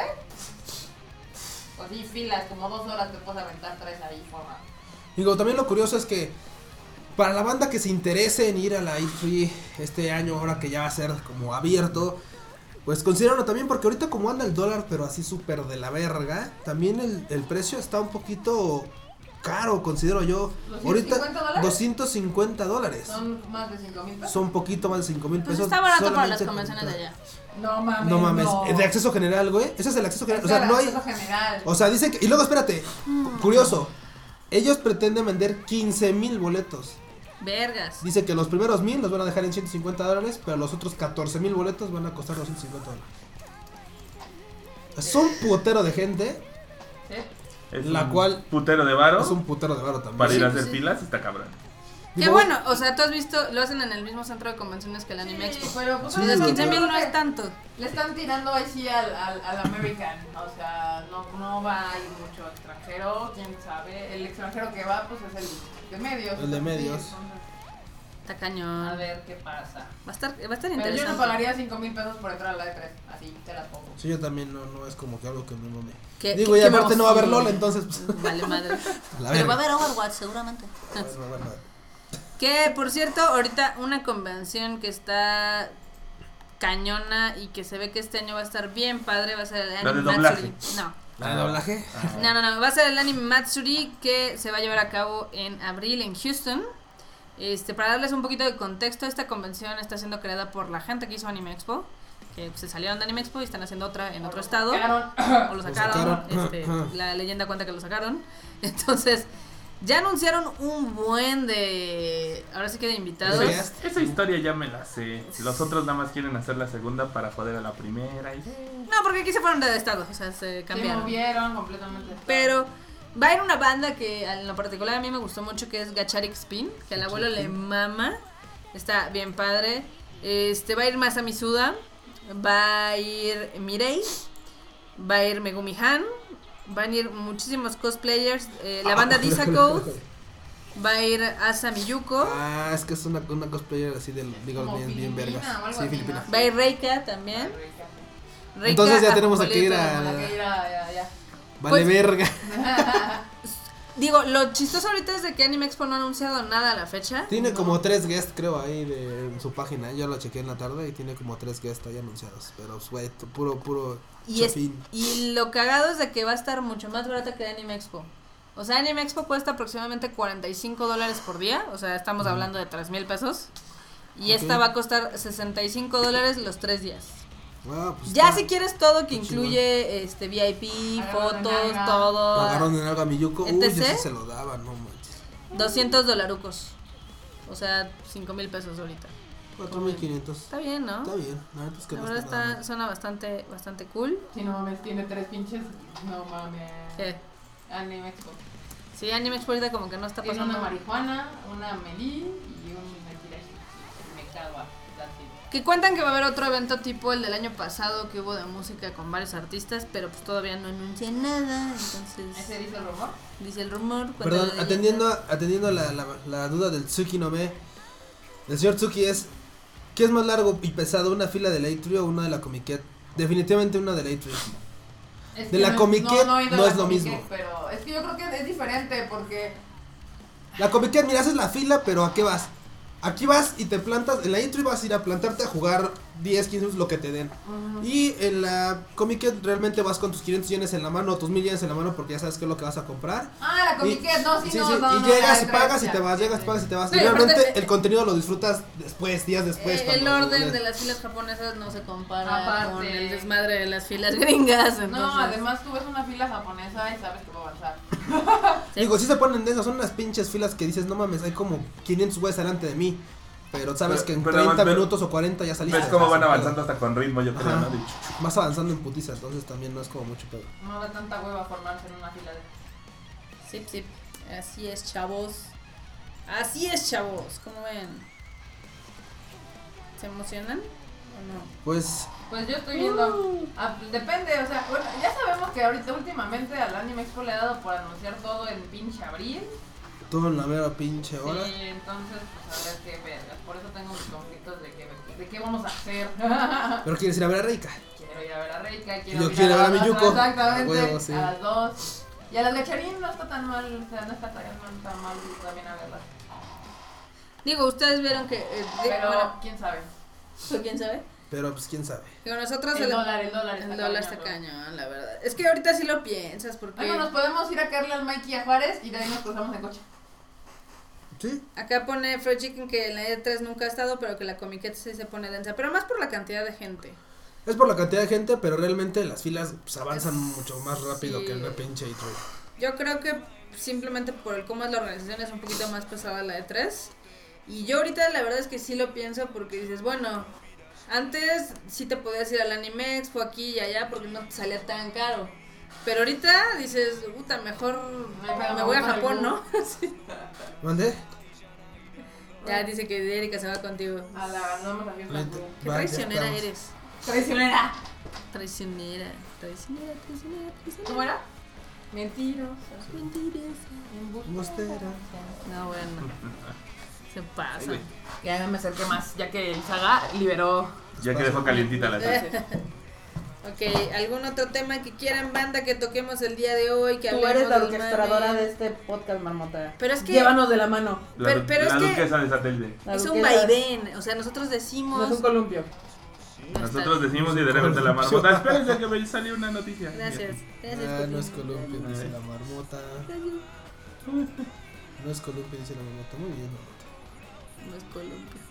Pues sí, filas, como 2 horas te puedes aventar 3 ahí forma.
Digo, también lo curioso es que para la banda que se interese en ir a la E3 este año, ahora que ya va a ser como abierto, pues considérenlo también porque ahorita como anda el dólar, pero así súper de la verga, también el precio está un poquito caro, considero yo. Ahorita
¿$250?
$250.
Son más de 5,000 pesos.
Son un poquito más de 5,000
Pues
pesos.
está barato para las
solamente
convenciones de
para-
allá.
No mames.
No mames, de acceso general, güey. Ese es el acceso general. O
Es
sea,
el
no hay.
acceso general.
O sea, dicen que. Y luego espérate, curioso. Ellos pretenden vender 15,000 boletos.
Vergas.
Dice que los primeros 1,000 los van a dejar en $150, pero los otros 14,000 boletos van a costar $250. Es un putero de gente,
Sí.
Es
La
un
cual-
putero de varo
es un putero de varo también.
para ir a
Sí,
hacer
sí.
filas, está cabrón.
Qué
Digo,
bueno, o sea, tú has visto, lo hacen en el mismo centro de convenciones que el Anime Expo.
Pero pues
Sí,
Entonces
güey.
15,000 no es tanto.
le están tirando ahí sí al American. O sea, no va a ir mucho extranjero, quién sabe. El extranjero que va, pues es el de medios.
El de
Sí,
medios.
entonces,
Está cañón.
a ver qué pasa.
Va a estar
Pero yo
interesante.
no pagaría 5,000 pesos por entrar a la E3. Así, te la pongo.
Sí, yo también no es como que algo que me mame.
¿Qué-
Digo,
qué-
y
qué
aparte no va a haber
emoción?
LOL, entonces pues,
Vale, madre.
a la
Pero va a
verga.
haber Overwatch seguramente.
Pues, bueno,
Que, por cierto, ahorita una convención que está cañona y que se ve que este año va a estar bien padre va a ser el
¿La
Anime
de doblaje?
Matsuri. No.
¿La de doblaje?
No, va a ser el Anime Matsuri que se va a llevar a cabo en abril en Houston. Para darles un poquito de contexto, esta convención está siendo creada por la gente que hizo Anime Expo, que se salieron de Anime Expo y están haciendo otra en otro estado. O lo sacaron,
sacaron.
la leyenda cuenta que lo sacaron. Entonces, ya anunciaron un buen de, ahora sí que de invitados.
Sí.
Esa historia ya me la sé. Los otros nada más quieren hacer la segunda para joder a la primera.
No, porque aquí se fueron de estado, o sea, se
Se
cambiaron.
movieron completamente.
Pero va a ir una banda que en lo particular a mí me gustó mucho, que es Gacharik Spin, que al abuelo le mama. Está bien padre. Va a ir Masami Suda, va a ir Mirei, va a ir Megumi Han, van a ir muchísimos cosplayers, la banda Disacode, va a ir Asa Miyuko,
Ah, es que es una cosplayer así del League of
Como
Legends bien
filipina
vergas.
o algo
Sí,
así,
filipina.
¿no?
va a ir Reika también. Reika
Entonces ya tenemos que ir
Apoleto.
a-
Para que ir ya.
Vale
Pues-
verga.
Digo, lo chistoso ahorita es de que Anime Expo no ha anunciado nada a la fecha.
Tiene como 3 guests, creo, ahí en su página. Yo lo chequé en la tarde y tiene como 3 guests ahí anunciados. Pero, güey, puro
Y,
chapín.
y lo cagado es de que va a estar mucho más barata que Anime Expo. O sea, Anime Expo cuesta aproximadamente $45 por día. O sea, estamos hablando de 3,000 pesos. Y
Ok.
esta va a costar $65 los 3 días.
Ah, pues
Ya
está.
si quieres todo que
está
incluye VIP,
Agarran
fotos,
nalga.
todo.
Agarraron en algo a Miyuko. Uy,
etc.
ese se lo daba, no manches.
$200. O sea, 5,000 pesos ahorita.
4,500.
Está bien, ¿no?
Está bien. La neta es que
La
no
verdad
está nada
está,
mal.
suena bastante cool.
Si no mames, tiene 3 pinches. No mames.
¿Qué?
Anime Expo.
Sí, Anime Expo ahorita como que no está
Tiene
pasando.
una marihuana, una melí y un Akirashi. Me cago.
Que cuentan que va a haber otro evento tipo el del año pasado que hubo de música con varios artistas, pero pues todavía no anuncian nada, entonces...
¿Ese dice el rumor?
Dice el rumor.
Perdón,
cuenta la leyenda.
atendiendo la duda del Tsuki no Me. El señor Tsuki es... ¿Qué es más largo y pesado? ¿Una fila de la E3 o una de la Comiket? Definitivamente una de la E3.
Es
De
que
la Comiket
he ido
no
a
es
la
lo
Comiket,
mismo.
Pero es que yo creo que es diferente porque...
La Comiket, mira, haces la fila, pero ¿a qué vas? Aquí vas y te plantas, en la intro vas a ir a plantarte a jugar 10, 15 minutos lo que te den. Y en la Comiket realmente vas con tus 500 yenes en la mano, o tus 1000 yenes en la mano porque ya sabes qué es lo que vas a comprar.
Ah, la Comiket, no, sí, no,
y llegas y
ya,
pagas y
ya,
te vas,
ya,
llegas,
ya.
pagas y te vas.
Sí,
y realmente
aparte,
el contenido lo disfrutas después, días después.
El
cuando-
orden de las filas japonesas no se compara
Aparte.
con el desmadre de las filas gringas, entonces...
No, además tú ves una fila japonesa y sabes que va a avanzar.
Digo, sí se ponen de esas, son unas pinches filas que dices, no mames, hay como 500 güeyes delante de mí. Pero sabes que en
Pero
30
pero-
minutos o 40 ya saliste.
¿Ves cómo van
Sin
avanzando
pedo.
hasta con ritmo, yo creo,
Ajá.
¿no?
Vas avanzando en putiza, entonces también no es como mucho pedo.
No da tanta hueva formarse en una fila de...
Sí, sí, así es, chavos. Así es, chavos, ¿cómo ven? ¿Se emocionan o no?
Pues,
Pues yo estoy viendo, depende, o sea, bueno, ya sabemos que ahorita últimamente al Anime Expo le ha dado por anunciar todo en pinche abril.
todo en la mera pinche hora.
Sí, entonces, pues a ver qué vergas, por eso tengo mis conflictos de qué vamos a hacer.
Pero quieres ir a ver a Reika.
Quiero ir a ver a Reika,
Yo
quiero ir
quiero ver a
las
Miyuko.
otras, exactamente,
A huevo, sí.
a las dos. Y a las Gacharín no está tan mal, o sea, no está tan mal también a verlas.
Digo, ustedes vieron que...
Pero,
bueno,
quién sabe.
¿quién sabe?
Pero pues quién sabe.
Digo, nosotros...
El dólar
está cañón, la verdad. Es que ahorita sí lo piensas, porque...
Bueno, nos podemos ir a caerle al Mikey y a Juárez y de ahí nos cruzamos en coche.
Sí.
Acá pone Fried Chicken que en la E3 nunca ha estado, pero que la Comiket sí se pone densa. Pero más por la cantidad de gente.
Es por la cantidad de gente, pero realmente las filas pues, avanzan mucho más rápido
Sí.
que en la pinche E3.
Yo creo que simplemente por el cómo es la organización es un poquito más pesada la E3. Y yo ahorita la verdad es que sí lo pienso porque dices, bueno, antes sí te podías ir al Anime Expo aquí y allá porque no te salía tan caro. Pero ahorita dices, puta, mejor me voy a Japón, ¿no? Sí.
¿Mande?
Ya dice que Erika se va contigo.
A la no me salió
Vente.
Qué
Va, ya
traicionera
estamos.
eres.
Traicionera.
Traicionera.
¿Cómo era? Mentirosa.
Embustera.
No, bueno. Se pasa.
Ya me acerqué más, ya que el Saga liberó.
Ya que dejó calientita la salsa.
Ok, ¿algún otro tema que quieran, banda, que toquemos el día de hoy? Que
Tú
hablemos
eres la
del
orquestadora
mame?
de este podcast, Marmota.
Pero es que
Llévanos de la mano.
pero es
La
que-
duquesa de satélite.
La
es un
duquesa.
vaivén. O sea, nosotros decimos.
No es un columpio.
Nosotros decimos y de repente la marmota. Espérense que me salió una noticia.
Gracias. Gracias.
Ah, no es
Coquín.
columpio, dice la marmota. No es columpio, dice la marmota. Muy bien, marmota.
No es columpio.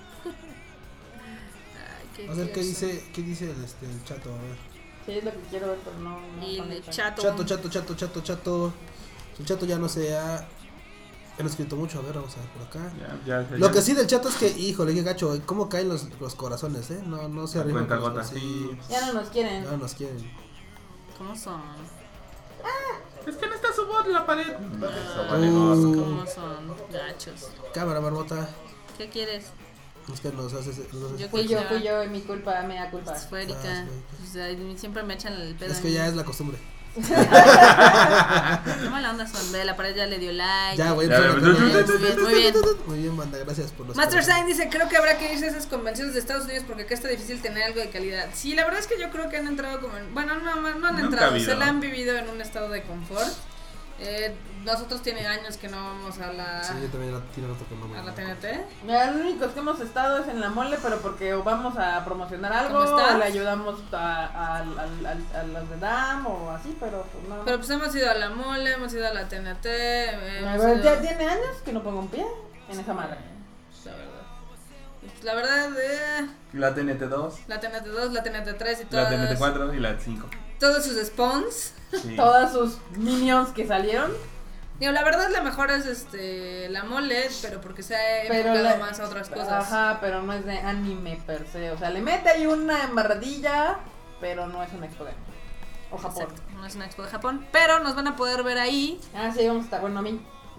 Ay, qué
Vamos a ver qué
tierso.
dice el chato, a ver.
Sí, es lo que quiero ver, pero no.
Y el
conecta.
chato.
Chato. El chato ya no se ha escrito mucho, a ver, vamos a ver por acá.
Ya,
Lo que sí del chato es que, híjole, qué gacho, cómo caen los corazones, no se arriman.
Cuenta
con los-
gota, sí.
Ya no nos quieren.
Ya no nos quieren.
¿Cómo son?
Es que no está su voz en la pared.
¿Cómo son? Gachos.
Cámara, marmota.
¿Qué quieres?
Es que nos haces.
Yo
Fui yo, es mi culpa, me da culpa.
Es férica.
Ah,
O sea, siempre me echan el pedo.
Es que ya es la costumbre.
Qué mala onda son. Ve, la pared ya le dio like.
Ya, güey.
Ya,
pues,
ya,
Muy bien.
Muy bien, banda, gracias por los
Master
comentarios.
Sign dice, creo que habrá que irse a esas convenciones de Estados Unidos porque acá está difícil tener algo de calidad. Sí, la verdad es que yo creo que han entrado como en... Bueno, no han
Nunca
entrado,
ha habido.
se la han vivido en un estado de confort. Nosotros tiene años que no vamos a la...
Sí, yo también tiene otro con nombre.
a la TNT.
Mira, los únicos que hemos estado es en la mole, pero porque o vamos a promocionar algo,
¿Cómo estás?
o le ayudamos a las de DAM o así, pero pues no.
Pero pues hemos ido a la mole, hemos ido a la TNT.
A
hemos
ver,
ido-
ya tiene años que no pongo un pie en esa madre.
La verdad. Pues, la verdad,
La TNT2,
la TNT2, la TNT3 y
la
todas,
TNT4 y la 5.
todos sus spawns.
Sí.
Todas sus minions que salieron.
Digo, la verdad la mejor es la mole, pero porque se ha
Pero
enfocado
la-
más a otras cosas.
Ajá, pero no es de anime per se. O sea, le mete ahí una embarradilla, pero no es un expo de anime. O Japón.
Exacto, no es una expo de Japón, pero nos van a poder ver ahí.
Ah, sí, vamos a estar. Bueno, a mí.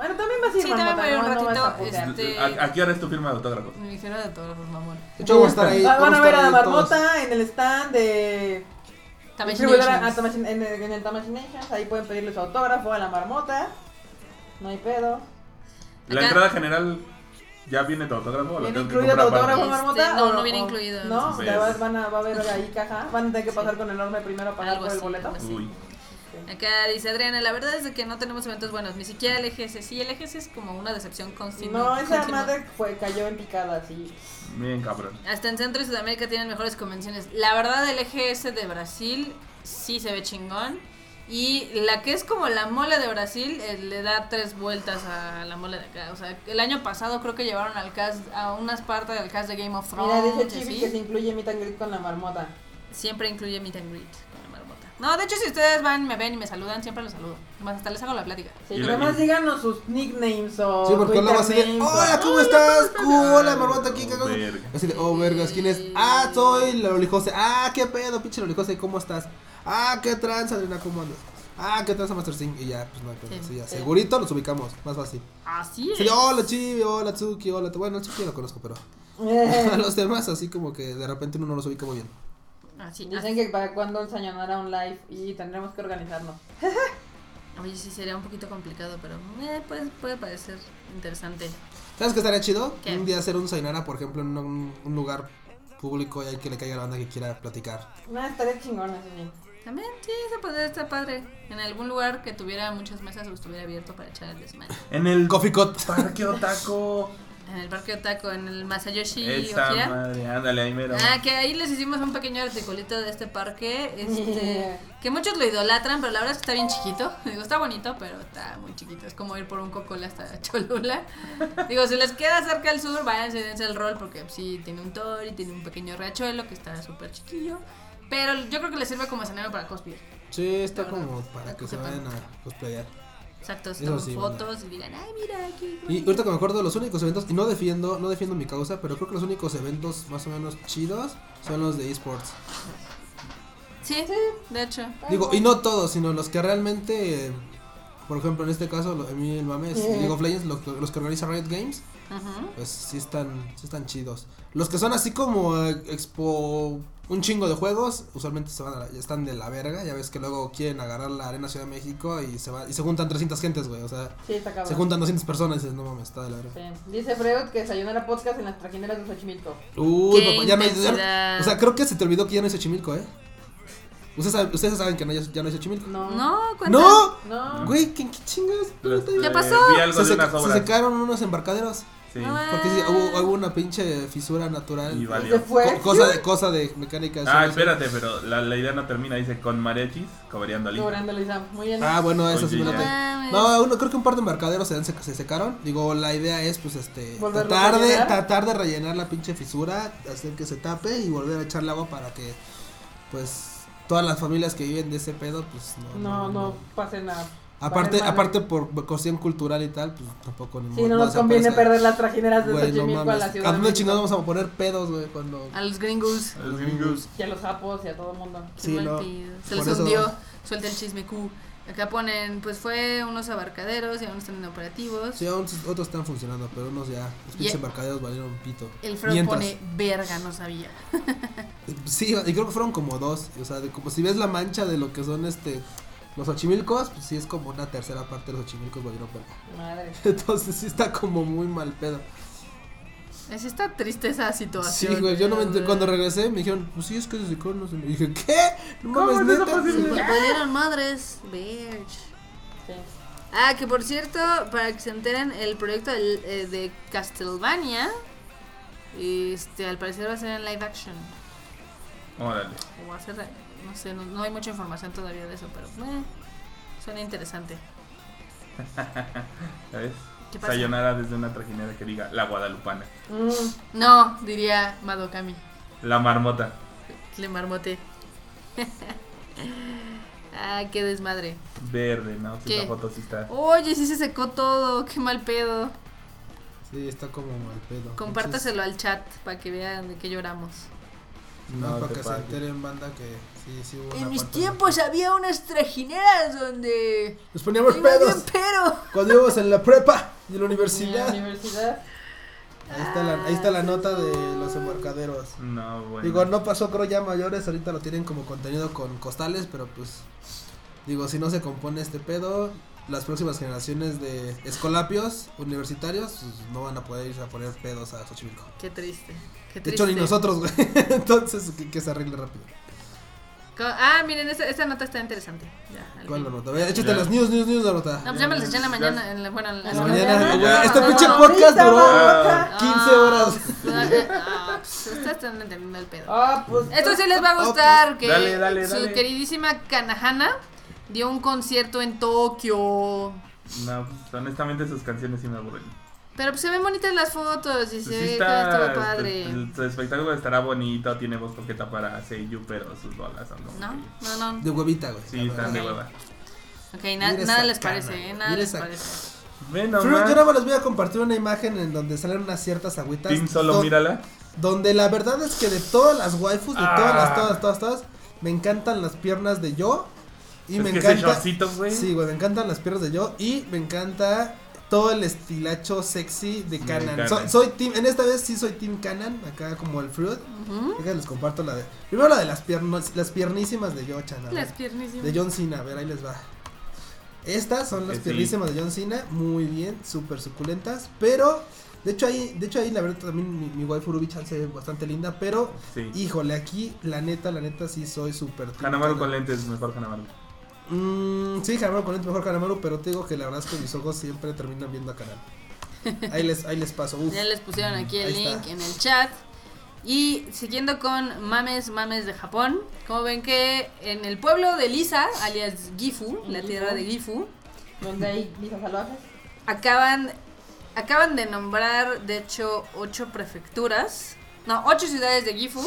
Bueno, también vas a ir,
Sí, también voy a ir un
no vas a
ratito,
putear.
¿A qué hora es tu firma de autógrafos?
Me dijeron de todos los mamón.
De hecho, vamos a estar ahí.
Van
vamos
a ver a
estar
la
ahí todos.
marmota en el stand de
Tamashinations.
en el Tamashinations. Ahí pueden pedirle su autógrafo a la marmota. No hay pedo.
¿La
Acá-
entrada general ya viene tu autógrafo o lo
¿Viene
tengo que
incluido tu
comprar
autógrafo,
aparte?
marmota?
no,
o
no viene incluido.
No,
Pues-
va a haber ahí caja. Van a tener que pasar con el enorme primero a pagar
Algo
por el
así,
boleto.
algo así.
Uy.
Acá dice Adriana, la verdad es de que no tenemos eventos buenos, ni siquiera el EGS. Sí, el EGS es como una decepción continua.
No, esa
continua.
madre cayó en picada, así.
Bien cabrón.
Hasta en Centro y Sudamérica tienen mejores convenciones. La verdad, el EGS de Brasil sí se ve chingón. Y la que es como la mole de Brasil, le da 3 vueltas a la mole de acá. O sea, el año pasado creo que llevaron al cast, a unas partes del cast de Game of Thrones.
Mira, dice
y
Chibi
así.
que se incluye meet and greet con la marmota.
Siempre incluye meet and greet con la marmota. No, de hecho, si ustedes van, me ven y me saludan, siempre los saludo. Más hasta les hago la plática.
Sí,
Y
nada
la-
más díganos sus nicknames o
Sí, porque luego así de,
Twitter names,
hola,
o-
¿cómo estás? Hola, marmota aquí,
Oh,
cagado.
verga.
Así de, oh, vergas, ¿quién es? Ah, soy la Lolijose. Ah, qué pedo, pinche Lolijose, ¿cómo estás? Ah, qué tranza, Adriana, ¿cómo andas? Ah, qué tranza, Master Singh. Y ya, pues no hay pedo,
Sí.
sí, ya.
Sí.
Segurito los ubicamos, más fácil.
Así es.
Sí, hola, Chibi, hola, Tsuki, hola. Bueno, el Tsuki lo conozco, pero a los demás, así como que de repente uno no los ubica muy bien.
Así,
Dicen que para cuando ensañonara un live y tendremos que organizarlo.
Oye, sí sería un poquito complicado, pero puede parecer interesante.
¿Sabes qué estaría chido?
¿Qué?
Un día hacer un Sainara, por ejemplo, en un lugar público y hay que le caiga a la banda que quiera platicar.
No, estaría chingón así.
También, sí, eso podría estar padre. En algún lugar que tuviera muchas mesas o estuviera abierto para echar el desmadre.
En el
Coffee Cut.
Parque Otaco.
En el Parque Otaku, en el Masayoshi
Esa
Ojira.
madre, ándale ahí mero.
Ah, que ahí les hicimos un pequeño articulito de este parque, que muchos lo idolatran, pero la verdad es que está bien chiquito. Digo, está bonito, pero está muy chiquito. Es como ir por un Coca-Cola hasta Cholula. Digo, si les queda cerca al sur, váyanse y dense el rol, porque sí tiene un tori, tiene un pequeño riachuelo que está súper chiquillo. Pero yo creo que les sirve como escenario para cosplay.
Sí, está
La verdad.
como para que se vayan a cosplayar.
Exacto, se
Eso
toman
sí,
fotos y digan, ay, mira aquí.
Y ahorita que me acuerdo de los únicos eventos, y no defiendo mi causa, pero creo que los únicos eventos más o menos chidos son los de esports.
Sí, de hecho.
Digo, y no todos, sino los que realmente, por ejemplo, en este caso, a mí el mame es League of Legends, los que organiza Riot Games,
Ujú.
pues sí están chidos. Los que son así como expo, un chingo de juegos, usualmente ya están de la verga, ya ves que luego quieren agarrar la Arena Ciudad de México y se juntan 300 gentes, güey, o sea,
Sí, está cabrón.
se juntan 200 personas y dices, no mames, está de la verga.
Sí. Dice Freud que Sayonara Podcast en las trajineras de Xochimilco.
Uy,
Qué
papá, ya no hay,
intensidad.
o sea, creo que se te olvidó que ya no hay Xochimilco, Ustedes saben que ya no hay Xochimilco.
No.
No, cuenta.
¡No!
No.
Güey, ¿qué chingas?
¿Qué pasó?
Vi algo
Se,
de unas
se
obras.
secaron unos embarcaderos.
Sí.
Ah.
Porque sí, hubo una pinche fisura natural.
Y
¿Se
valió.
fue?
Cosa de mecánica.
Ah,
sí,
espérate, pero la idea no termina. Dice con mariachis, cobereando a Lisa.
Cobrando Lisa. Muy bien.
Ah, bueno, eso sí me
Oye,
noté.
Mames.
No, creo que un par de embarcaderos se secaron. Digo, la idea es, pues,
¿Volverlo a rellenar?
tratar de rellenar la pinche fisura, hacer que se tape y volver a echarle agua para que, pues, todas las familias que viven de ese pedo, pues,
No pase nada.
Aparte por cuestión cultural y tal, pues, tampoco
Sí, no nos conviene perder las trajineras de
Güey, no
Xochimilco a la
mames.
ciudad.
¿A
de
dónde
México.
chingados vamos a poner pedos, güey, cuando...
A los gringos.
Los gringos.
Y a los sapos y a todo el mundo.
Qué
Sí,
mal
no,
pedo. Se
por
les
eso-
hundió. Suelta el chisme Q. Acá ponen, pues fue unos abarcaderos y aún están operativos.
Sí, otros están funcionando, pero unos ya, los pinches
Y-
embarcaderos valieron pito.
El Freud
Mientras.
pone verga, no sabía.
Sí, y creo que fueron como dos, o sea, como si ves la mancha de lo que son los Xochimilcos, pues sí es como una tercera parte de los Xochimilcos valieron verga.
Madre.
Entonces sí está como muy mal pedo.
Así está triste esa
Sí,
situación.
güey, yo no me enteré, cuando regresé me dijeron, pues sí, es que se secó, no sé. Y dije, ¿qué? No
¿Cómo
mames,
es eso
neta.
posible?
Pues valieron madres. Verge.
Sí.
Ah, que por cierto, para que se enteren, el proyecto de Castlevania, al parecer va a ser en live action.
Órale.
O va a ser, no sé, no hay mucha información todavía de eso, pero suena interesante.
¿Sabes?
¿Qué pasa?
Sayonara desde una trajinera que diga la guadalupana.
No, diría Madokami.
La marmota.
Le marmote. Ah, qué desmadre.
Verde, ¿no? Sí,
¿Qué?
esa foto sí está.
Oye, sí se secó todo, qué mal pedo.
Sí, está como mal pedo.
Compártaselo al chat para que vean de qué lloramos.
No
para
te
que se
pases.
enteren, banda, que sí hubo una
En mis
parte
tiempos había unas trajineras donde...
nos poníamos
iba bien
pedos
pero...
cuando íbamos en la prepa y en la
En la
universidad.
universidad.
Ahí está la nota de los embarcaderos.
No, bueno.
Digo, no pasó creo ya mayores, ahorita lo tienen como contenido con costales, pero pues digo, si no se compone este pedo, las próximas generaciones de escolapios universitarios pues, no van a poder irse a poner pedos a Xochimilco.
Qué triste. Qué
De hecho, ni
triste.
nosotros, güey. Entonces, que se arregle rápido.
Miren, esta nota está interesante. Ya, al
¿Cuál
fin.
la nota? Échate
Ya.
las news, la nota.
No, pues ya me las eché en la mañana. Bueno, en
En la
la
mañana, güey,
Ya.
este pinche
No,
podcast
ahorita,
duró
mamá.
15 horas.
Pues ustedes están entendiendo el pedo.
Pues.
Esto sí les va a gustar, que
Dale,
su
dale.
queridísima Kanahana dio un concierto en Tokio.
No, pues, honestamente sus canciones sí me aburren.
Pero pues se ven bonitas las fotos y
Pues
se
sí
ve que
está,
estuvo padre.
su espectáculo estará bonito, tiene voz coqueta para Seiyu, pero sus bolas son como
¿No?
que-
No.
De huevita, güey.
Sí, están de
Ok.
hueva.
Ok,
Mira
nada
esa
les
cara,
parece, nada
mira
les
esa-
parece.
Ven
Pero
nomás.
yo nada más les voy a compartir una imagen en donde salen unas ciertas agüitas.
Team solo
do-
mírala.
Donde la verdad es que de todas las waifus, de todas, me encantan las piernas de Yo. Y
Es
me
que ese
encanta.
shortcito, güey.
Sí, güey, me encantan las piernas de Yo. Y me encanta todo el estilacho sexy de Kanan.
Kanan.
Soy team, en esta vez sí soy team Kanan, acá como el fruit.
Ujú.
Déjenles les comparto la de. Primero la de las piernísimas de Yo, Chan. a ver.
Las piernísimas.
De John Cena, a ver, ahí les va. Estas son las
Sí.
piernísimas de John Cena, muy bien, súper suculentas, pero de hecho ahí la verdad también mi waifu Ruby Chan se ve bastante linda, pero
Sí.
híjole, aquí la neta sí soy súper
Hanamaru con lentes, mejor Hanamaru.
Sí, Hanamaru con lentes mejor Hanamaru, pero te digo que la verdad es que mis ojos siempre terminan viendo a Kanan. Ahí les paso. Uf.
Ya les pusieron aquí el
Ahí
link
está.
en el chat. Y siguiendo con mames de Japón, como ven que en el pueblo de Lisa, alias Gifu, la tierra de Gifu,
Donde hay lisas salvajes.
acaban de nombrar, de hecho, 8 ciudades de Gifu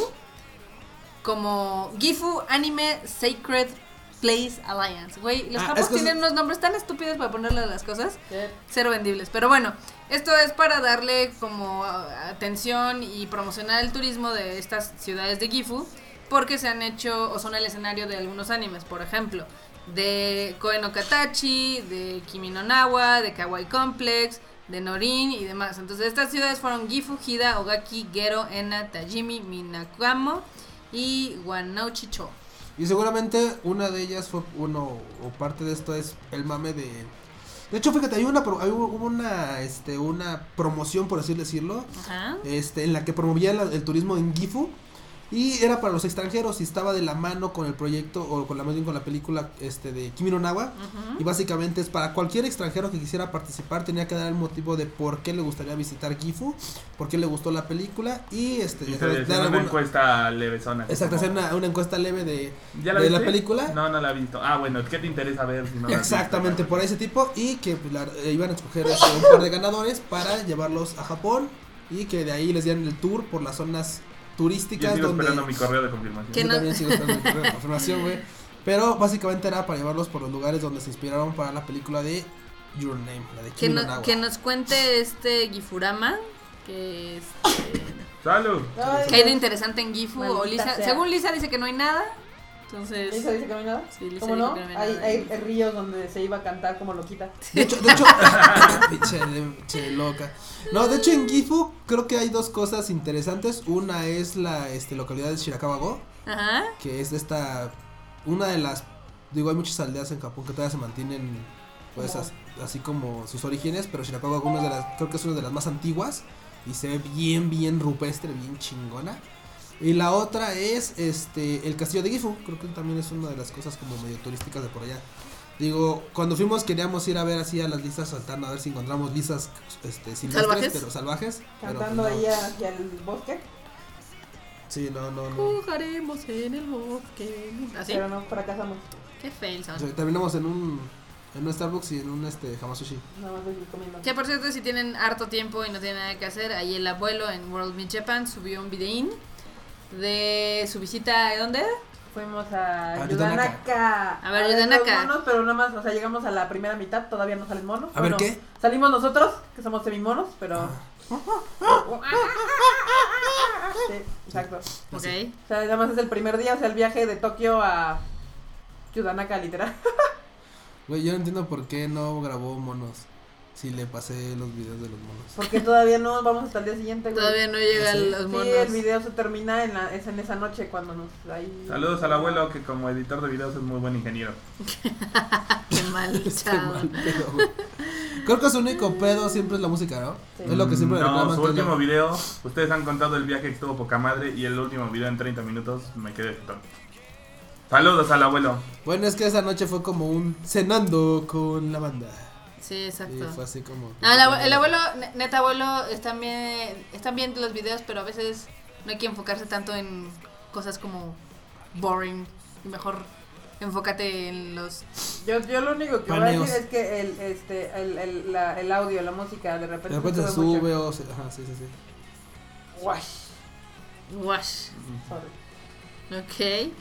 como Gifu Anime Sacred Place Alliance. Güey, los
Ah,
japos
es que
tienen unos nombres tan estúpidos para ponerle a las cosas. Cero vendibles. Pero bueno, esto es para darle como atención y promocionar el turismo de estas ciudades de Gifu, porque se han hecho o son el escenario de algunos animes, por ejemplo, de Koe no Katachi, de Kimi no Nawa, de Kawaii Complex, de Norin y demás. Entonces estas ciudades fueron Gifu, Hida, Ogaki, Gero, Ena, Tajimi, Minakamo y Wanouchi-cho.
Y seguramente una de ellas fue o parte de esto es el mame de. De hecho, fíjate, hubo una promoción, por así decirlo,
Ajá.
en la que promovía el turismo en Gifu. Y era para los extranjeros y estaba de la mano con el proyecto o con la película de Kimi no Nawa.
Ujú.
Y básicamente es para cualquier extranjero que quisiera participar, tenía que dar el motivo de por qué le gustaría visitar Gifu, por qué le gustó la película y
Y se
dar
decía una
alguna-
encuesta levesona. así
exacto,
como,
hacer una encuesta leve de
¿Ya la
de la
viste?
película.
No, no la he visto. Ah, bueno, ¿qué te interesa ver si no la has
Exactamente,
visto?
por ese tipo. Y que pues, iban a escoger un par de ganadores para llevarlos a Japón. Y que de ahí les dieran el tour por las zonas
Yo
turísticas.
sigo
donde
esperando mi correo de confirmación.
Que
yo
no-
también sigo esperando mi correo de confirmación, güey. Pero básicamente era para llevarlos por los lugares donde se inspiraron para la película de Your Name, la de
Que,
Kimi no Nawa.
que nos cuente Gifurama, que
¡Salud!
que hay de interesante en Gifu. O
Maldita
Lisa,
sea.
según Lisa dice que no hay nada. Entonces,
¿Lisa dice que no hay nada?
sí, Lisa
¿Cómo
dijo
no?
que no había
Hay,
nada.
hay ríos donde se iba a cantar como loquita.
De hecho, pinche loca. No, de hecho en Gifu creo que hay dos cosas interesantes. Una es la localidad de Shirakawa-go,
Ajá.
que es una de las, digo, hay muchas aldeas en Japón que todavía se mantienen pues
Como-
así como sus orígenes, pero Shirakawa-go creo que es una de las más antiguas y se ve bien rupestre, bien chingona. Y la otra es el castillo de Gifu, creo que también es una de las cosas como medio turísticas de por allá. Digo, cuando fuimos queríamos ir a ver así a las lisas saltando, a ver si encontramos lisas silvestres,
¿Salvajes?
pero salvajes.
Cantando
pero, pues,
ahí hacia el bosque.
Sí, no.
Jugaremos en el bosque. ¿Así?
Pero no fracasamos.
Qué fail son.
O sea, terminamos en un Starbucks y en un Hamasushi.
Nada más voy comiendo.
Que por cierto, si tienen harto tiempo y no tienen nada que hacer, ahí el abuelo en World Meet Japan subió un videín de su visita ¿a dónde?
fuimos a
A
Yudanaka.
A ver,
ver
Yudanaka.
los monos, pero nada más, o sea, llegamos a la primera mitad, todavía no salen monos.
A ver,
Bueno,
¿qué?
Salimos nosotros, que somos semimonos, pero... Sí, exacto.
Ok.
O sea, además es el primer día, o sea, el viaje de Tokio a Yudanaka, literal.
Güey, yo no entiendo por qué no grabó monos. Si le pasé los videos de los monos.
Porque todavía no vamos hasta el día siguiente, güey.
Todavía no llegan
¿Sí?
los monos.
Sí, el video se termina es en esa noche cuando nos... Ahí...
Saludos al abuelo que como editor de videos es muy buen ingeniero.
Qué mal,
Este
chao.
mal pedo, güey. Creo que su único pedo siempre es la música, ¿no?
Sí.
Es lo que siempre
No,
reclaman.
su
que es
último
lo-
video, ustedes han contado el viaje que estuvo poca madre y el último video en 30 minutos me quedé tonto. Saludos al abuelo.
Bueno, es que esa noche fue como un cenando con la banda.
Sí,
Y
exacto.
fue así como...
El abuelo, neta abuelo, están bien los videos, pero a veces no hay que enfocarse tanto en cosas como boring. Y mejor enfócate en los...
Yo lo único que voy a
Paneos.
decir es que el audio, la música, de repente,
De repente se
mucho.
sube o se... Ajá, sí, sí, sí.
Wash.
Wash.
Sorry.
Ok.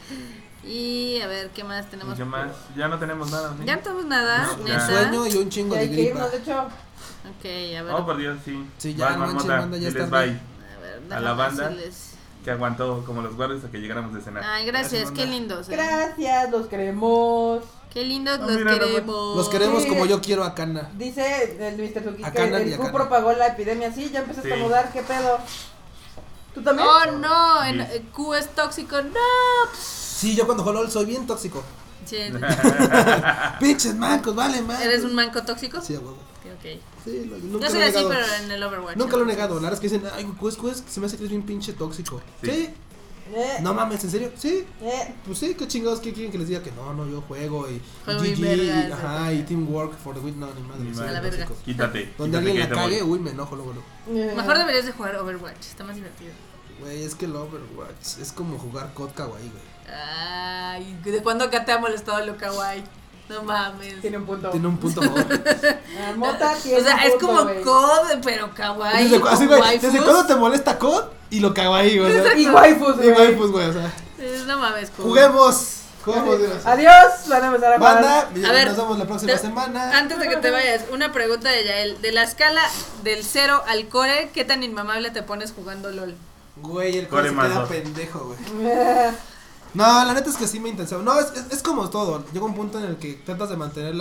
Y a ver, ¿qué más tenemos?
¿Qué más? Ya no tenemos nada. ¿sí?
Ya no tenemos nada,
No,
neta.
ya.
Sueño y un chingo
Ya
de
hay que
gripa.
irnos, de hecho.
Ok, a ver.
Oh, por Dios, sí.
Sí, ya,
Bye,
no manches,
marmota,
banda, ya
diles
está
bye.
bien.
A ver,
A la
déjame
banda.
hacerles-
Que aguantó como los guardias a que llegáramos de cenar.
Ay, gracias, qué lindos.
Gracias, los queremos.
Qué lindos
Ah,
los
mira,
queremos.
Los queremos
Sí.
como yo quiero a Kana.
Dice el Mr. Suki
A
que
Canan y
el
a
Q
Canan.
propagó la epidemia. Sí, ya empezaste a
Sí.
mudar, ¿qué pedo? ¿Tú también?
Oh, no,
Sí.
Q es tóxico, no.
Sí, yo cuando juego LOL soy bien tóxico.
Sí,
Pinches mancos, vale, man.
¿eres un manco tóxico?
Sí, a huevo.
Ok.
Sí, nunca
Yo soy
lo he
así,
negado.
pero en el Overwatch.
Nunca lo he negado. La verdad es que dicen, ay, pues, se me hace que eres bien pinche tóxico.
Sí.
Sí.
Eh,
No mames, ¿en serio? Sí.
eh.
Pues sí, qué chingados que quieren que les diga que no, yo juego y
Juego bien
GG,
vergas,
y, ajá, y teamwork for the win, no, ni madre.
Ni
soy
madre.
A la
tóxico.
verga.
Quítate.
Donde
quítate
alguien
que
la
te voy.
cague, uy, me enojo luego.
Mejor deberías de jugar Overwatch, está más divertido.
Güey, es que el Overwatch es como jugar COD kawaii, güey.
Ay, ¿de cuándo acá te ha molestado lo kawaii? No mames.
Tiene un punto.
Tiene un punto a favor.
Mota tiene
O sea,
un
es
punto,
como
güey.
COD, pero kawaii.
Desde, así, güey,
waifus.
¿desde cuándo te molesta COD? Y lo kawaii, güey. O sea,
Y waifus,
y
güey.
waifus, güey, o sea.
No mames, cool.
Juguemos. Dios.
Adiós, van a empezar a jugar.
Banda,
A ver,
nos vemos la próxima semana.
Antes de que te vayas, una pregunta de Yael. De la escala del 0 al core, ¿qué tan inmamable te pones jugando LOL?
Güey, el
Core
core se
más
queda
dos.
pendejo, güey. No, la neta es que sí me intensaba. No, es como todo. Llega un punto en el que tratas de mantener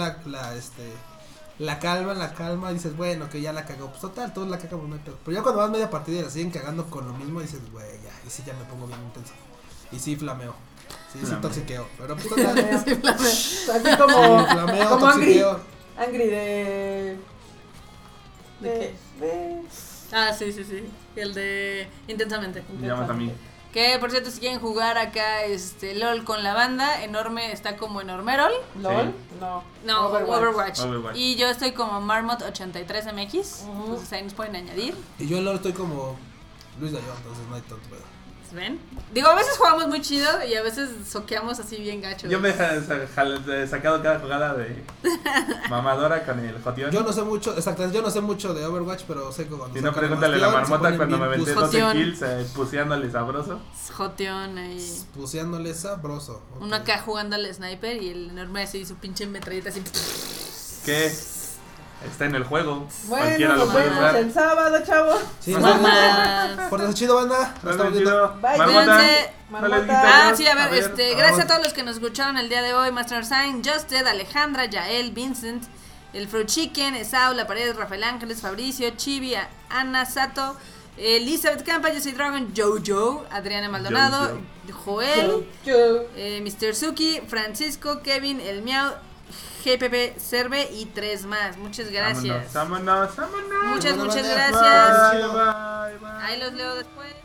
la calma, y dices, bueno, que ya la cagó. Pues total, todos la cagamos, no hay pedo. Pero ya cuando vas media partida y la siguen cagando con lo mismo, dices, güey, ya, y sí ya me pongo bien intenso. Y sí flameo. Sí, sí
Flameo.
toxiqueo. Pero pues total.
Así como,
Sí, flameo,
como Angry.
toxiqueo.
Angry de...
¿De qué? Ah, sí. El de Intensamente.
Me llamas a mí.
Que por cierto, si quieren jugar acá LOL con la banda, Enorme está como Enormerol.
¿LOL?
Sí.
No.
No, Overwatch.
Overwatch.
Y yo estoy como Marmot83MX.
Ujú.
Entonces ahí nos pueden añadir.
Y yo en LOL estoy como Luis Dayo, entonces no hay tanto pedo.
¿Ven? Digo, a veces jugamos muy chido y a veces soqueamos así bien gacho.
Yo me he sacado cada jugada de mamadora con el jotión.
Yo no sé mucho, exactamente, yo no sé mucho de Overwatch, pero sé que cuando
Si no,
sacan
pregúntale a la
Bastión, se
marmota
ponen
cuando me
bien
aventé
pus-
12
Jotión.
kills puseándole sabroso.
Joteón ahí.
Puseándole sabroso. ok.
Uno acá jugando al sniper y el Enorme así su pinche metralleta así.
¿Qué? Está en el juego.
Bueno,
Cualquiera lo
nos
puede
vemos
usar.
el sábado, chavos.
Sí,
Mamás.
por eso chido, banda. Nos
Dale,
estamos viendo.
chido.
Bye,
Marmota,
cuídense.
dale,
Marmota.
grita,
Ah,
adiós.
sí, a ver, gracias a
ahora.
todos los que nos escucharon el día de hoy. Master Sign, Justed, Alejandra, Yael, Vincent, el Fruit Chicken, Esau, La Pared, Rafael Ángeles, Fabricio, Chibi, Ana, Sato, Elizabeth Campa, Yo Soy Dragon, Jojo, Adriana Maldonado, Joel, Mr. Suki, Francisco, Kevin, El Miau, GPP Serve y 3 más. Muchas gracias.
Vámonos.
Muchas
Vámonos,
gracias.
banda.
Bye, bye, bye.
Ahí los leo después.